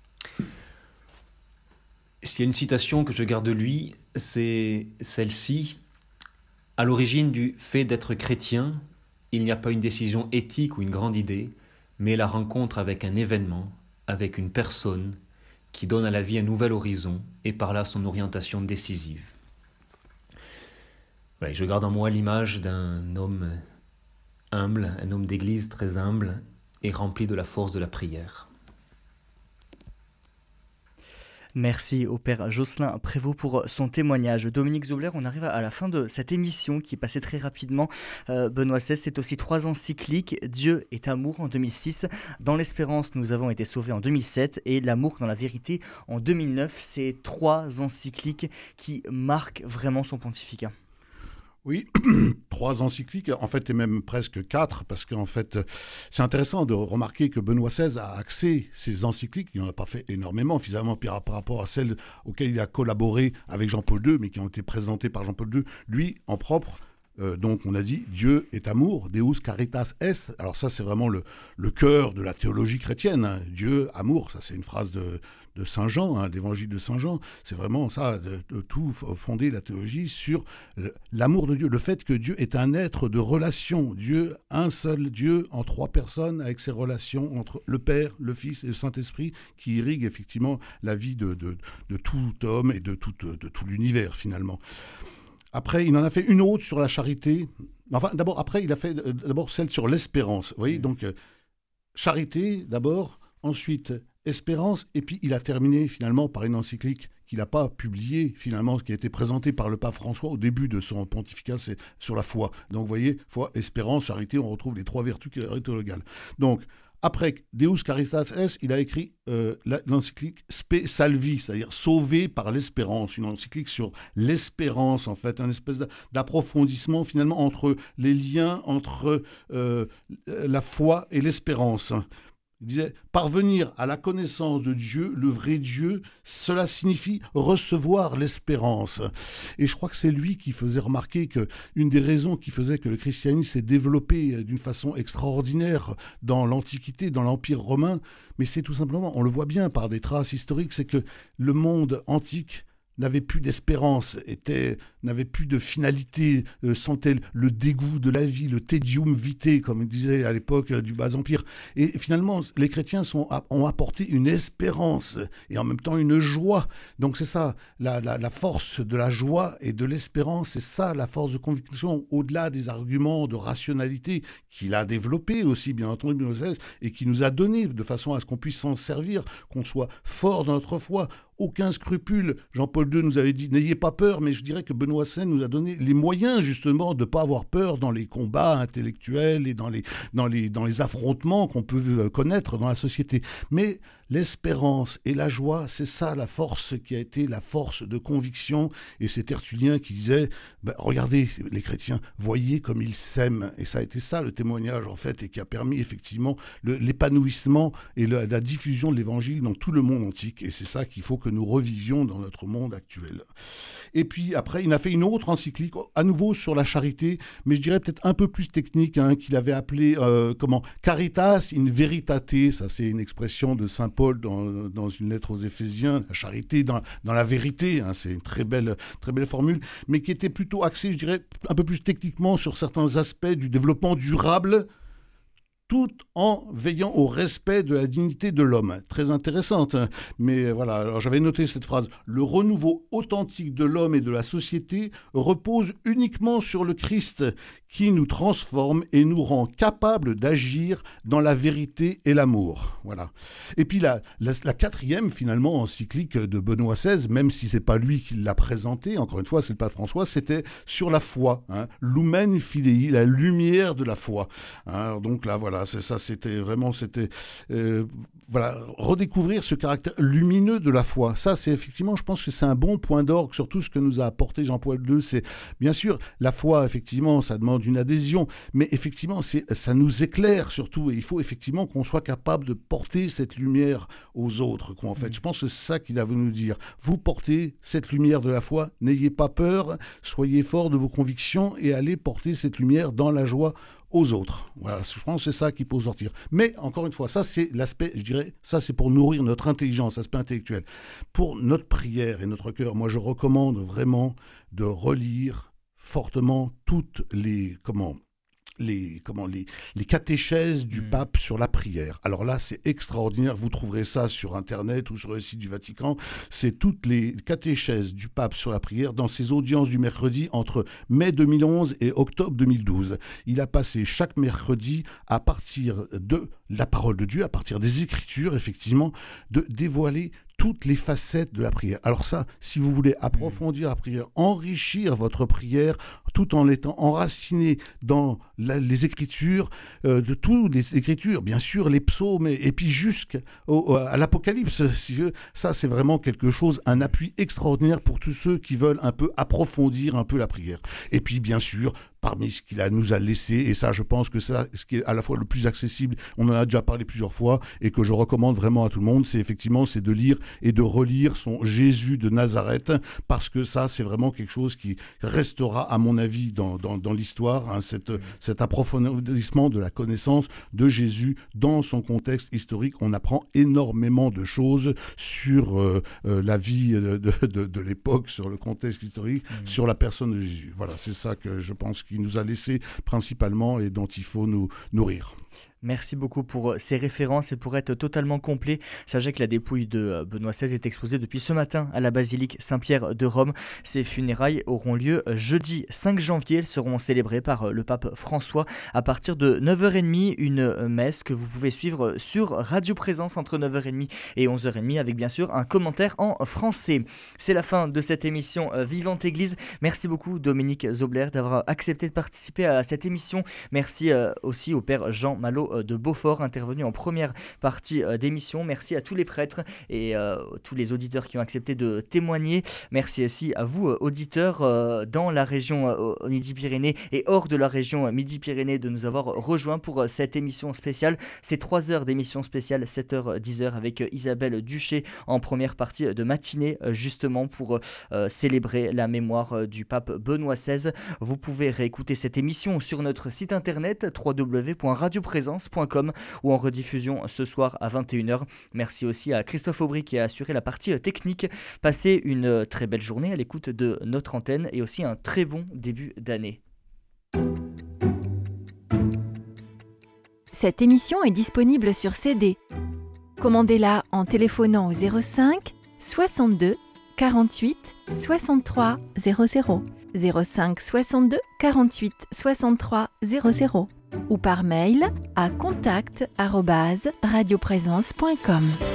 S'il y a une citation que je garde de lui, c'est celle-ci. À l'origine du fait d'être chrétien, il n'y a pas une décision éthique ou une grande idée, mais la rencontre avec un événement, avec une personne, qui donne à la vie un nouvel horizon et par là son orientation décisive. Voilà, je garde en moi l'image d'un homme humble, un homme d'église très humble et rempli de la force de la prière. Merci au père Jocelyn Prévost pour son témoignage. Dominique Zobler, on arrive à la fin de cette émission qui est passée très rapidement. Euh, Benoît seize, c'est aussi trois encycliques. Dieu est amour en deux mille six. Dans l'espérance, nous avons été sauvés en deux mille sept. Et l'amour dans la vérité en deux mille neuf. C'est trois encycliques qui marquent vraiment son pontificat. Oui, trois encycliques, en fait, et même presque quatre, parce qu'en fait, c'est intéressant de remarquer que Benoît seize a axé ses encycliques, il n'en a pas fait énormément, finalement, par rapport à celles auxquelles il a collaboré avec Jean-Paul deux, mais qui ont été présentées par Jean-Paul deux, lui, en propre. Euh, donc on a dit Dieu est amour, Deus caritas est. Alors ça c'est vraiment le, le cœur de la théologie chrétienne, hein. Dieu, amour, ça c'est une phrase de, de Saint Jean, hein, l'évangile de Saint Jean. C'est vraiment ça, de, de tout fonder la théologie sur l'amour de Dieu, le fait que Dieu est un être de relation. Dieu, un seul Dieu en trois personnes avec ses relations entre le Père, le Fils et le Saint-Esprit qui irriguent effectivement la vie de, de, de tout homme et de tout, de tout l'univers finalement. Après, il en a fait une autre sur la charité. Enfin, d'abord, après, il a fait euh, d'abord celle sur l'espérance. Vous voyez, donc, euh, charité d'abord, ensuite espérance, et puis il a terminé finalement par une encyclique qu'il n'a pas publiée, finalement, qui a été présentée par le pape François au début de son pontificat, c'est sur la foi. Donc, vous voyez, foi, espérance, charité, on retrouve les trois vertus théologales. Donc, après Deus Caritas Est, il a écrit euh, l'encyclique Spe Salvi, c'est-à-dire sauvé par l'espérance, une encyclique sur l'espérance, en fait, un espèce d'approfondissement finalement entre les liens entre euh, la foi et l'espérance. Il disait, parvenir à la connaissance de Dieu, le vrai Dieu, cela signifie recevoir l'espérance. Et je crois que c'est lui qui faisait remarquer qu'une des raisons qui faisait que le christianisme s'est développé d'une façon extraordinaire dans l'Antiquité, dans l'Empire romain, mais c'est tout simplement, on le voit bien par des traces historiques, c'est que le monde antique n'avait plus d'espérance, était, n'avait plus de finalité, euh, sentait le dégoût de la vie, le tedium vitae, comme on disait à l'époque euh, du Bas-Empire. Et finalement, les chrétiens sont, ont apporté une espérance et en même temps une joie. Donc c'est ça, la, la, la force de la joie et de l'espérance, c'est ça la force de conviction, au-delà des arguments de rationalité qu'il a développés aussi, bien entendu, Benoît seize, et qui nous a donné de façon à ce qu'on puisse s'en servir, qu'on soit fort dans notre foi. Aucun scrupule. Jean-Paul deux nous avait dit « N'ayez pas peur », mais je dirais que Benoît seize nous a donné les moyens justement de ne pas avoir peur dans les combats intellectuels et dans les, dans les, dans les affrontements qu'on peut connaître dans la société. Mais l'espérance et la joie, c'est ça la force qui a été la force de conviction. Et c'est Tertullien qui disait bah, « Regardez les chrétiens, voyez comme ils s'aiment ». Et ça a été ça le témoignage en fait, et qui a permis effectivement le, l'épanouissement et le, la diffusion de l'évangile dans tout le monde antique. Et c'est ça qu'il faut que nous revivions dans notre monde actuel. Et puis après, il a fait une autre encyclique, à nouveau sur la charité, mais je dirais peut-être un peu plus technique, hein, qu'il avait appelé euh, comment Caritas in Veritate. Ça, c'est une expression de saint Paul dans, dans une lettre aux Éphésiens, la charité dans, dans la vérité, hein, c'est une très belle, très belle formule, mais qui était plutôt axée, je dirais, un peu plus techniquement sur certains aspects du développement durable tout en veillant au respect de la dignité de l'homme. Très intéressante, hein. Mais voilà, alors j'avais noté cette phrase. Le renouveau authentique de l'homme et de la société repose uniquement sur le Christ qui nous transforme et nous rend capables d'agir dans la vérité et l'amour. Voilà. Et puis la, la, la quatrième, finalement, encyclique de Benoît seize, même si c'est pas lui qui l'a présentée, encore une fois, c'est le pape François, c'était sur la foi, hein, Lumen Fidei, la lumière de la foi. Hein, alors donc là, voilà, c'est ça, c'était vraiment, c'était, euh, voilà, redécouvrir ce caractère lumineux de la foi. Ça, c'est effectivement, je pense que c'est un bon point d'orgue sur tout ce que nous a apporté Jean-Paul deux. C'est, bien sûr, la foi, effectivement, ça demande une adhésion, mais effectivement, c'est, ça nous éclaire surtout, et il faut effectivement qu'on soit capable de porter cette lumière aux autres, quoi, en fait. Je pense que c'est ça qu'il a voulu nous dire. Vous portez cette lumière de la foi, n'ayez pas peur, soyez forts de vos convictions et allez porter cette lumière dans la joie aux autres. Voilà, je pense que c'est ça qu'il faut sortir. Mais, encore une fois, ça c'est l'aspect, je dirais, ça c'est pour nourrir notre intelligence, l'aspect intellectuel. Pour notre prière et notre cœur, moi je recommande vraiment de relire fortement toutes les, comment, les, comment, les, les catéchèses du mmh. pape sur la prière. Alors là, c'est extraordinaire, vous trouverez ça sur Internet ou sur le site du Vatican, c'est toutes les catéchèses du pape sur la prière dans ses audiences du mercredi entre mai deux mille onze et octobre deux mille douze. Il a passé chaque mercredi, à partir de la parole de Dieu, à partir des Écritures, effectivement, de dévoiler toutes les facettes de la prière. Alors ça, si vous voulez approfondir la prière, enrichir votre prière, tout en étant enraciné dans la, les Écritures, euh, de toutes les Écritures, bien sûr, les psaumes, et, et puis jusqu'à l'Apocalypse, si je, ça c'est vraiment quelque chose, un appui extraordinaire pour tous ceux qui veulent un peu approfondir un peu la prière. Et puis bien sûr, parmi ce qu'il a, nous a laissé, et ça je pense que ça, ce qui est à la fois le plus accessible, on en a déjà parlé plusieurs fois, et que je recommande vraiment à tout le monde, c'est effectivement c'est de lire et de relire son Jésus de Nazareth, parce que ça c'est vraiment quelque chose qui restera à mon avis dans, dans, dans l'histoire, hein, cette, mmh. cet approfondissement de la connaissance de Jésus dans son contexte historique. On apprend énormément de choses sur euh, euh, la vie de, de, de, de l'époque, sur le contexte historique, mmh. sur la personne de Jésus. Voilà, c'est ça que je pense qu'il nous a laissé principalement et dont il faut nous nourrir. Merci beaucoup pour ces références et pour être totalement complet. Sachez que la dépouille de Benoît seize est exposée depuis ce matin à la basilique Saint-Pierre de Rome. Ses funérailles auront lieu jeudi cinq janvier. Elles seront célébrées par le pape François à partir de neuf heures trente, une messe que vous pouvez suivre sur Radio Présence entre neuf heures trente et onze heures trente avec bien sûr un commentaire en français. C'est la fin de cette émission Vivante Église. Merci beaucoup Dominique Zobler d'avoir accepté de participer à cette émission. Merci aussi au père Jean Malo de Beaufort, intervenu en première partie d'émission. Merci à tous les prêtres et euh, tous les auditeurs qui ont accepté de témoigner. Merci aussi à vous, auditeurs, euh, dans la région euh, Midi-Pyrénées et hors de la région Midi-Pyrénées, de nous avoir rejoints pour cette émission spéciale. C'est trois heures d'émission spéciale, sept heures, dix heures, avec Isabelle Duché en première partie de matinée, justement pour euh, célébrer la mémoire du pape Benoît seize. Vous pouvez réécouter cette émission sur notre site internet w w w point radio présence point com ou en rediffusion ce soir à vingt et une heures. Merci aussi à Christophe Aubry qui a assuré la partie technique. Passez une très belle journée à l'écoute de notre antenne et aussi un très bon début d'année. Cette émission est disponible sur C D. Commandez-la en téléphonant au zéro cinq soixante-deux quarante-huit soixante-trois zéro zéro zéro cinq soixante-deux quarante-huit soixante-trois zéro zéro ou par mail à contact arobase radioprésence point com.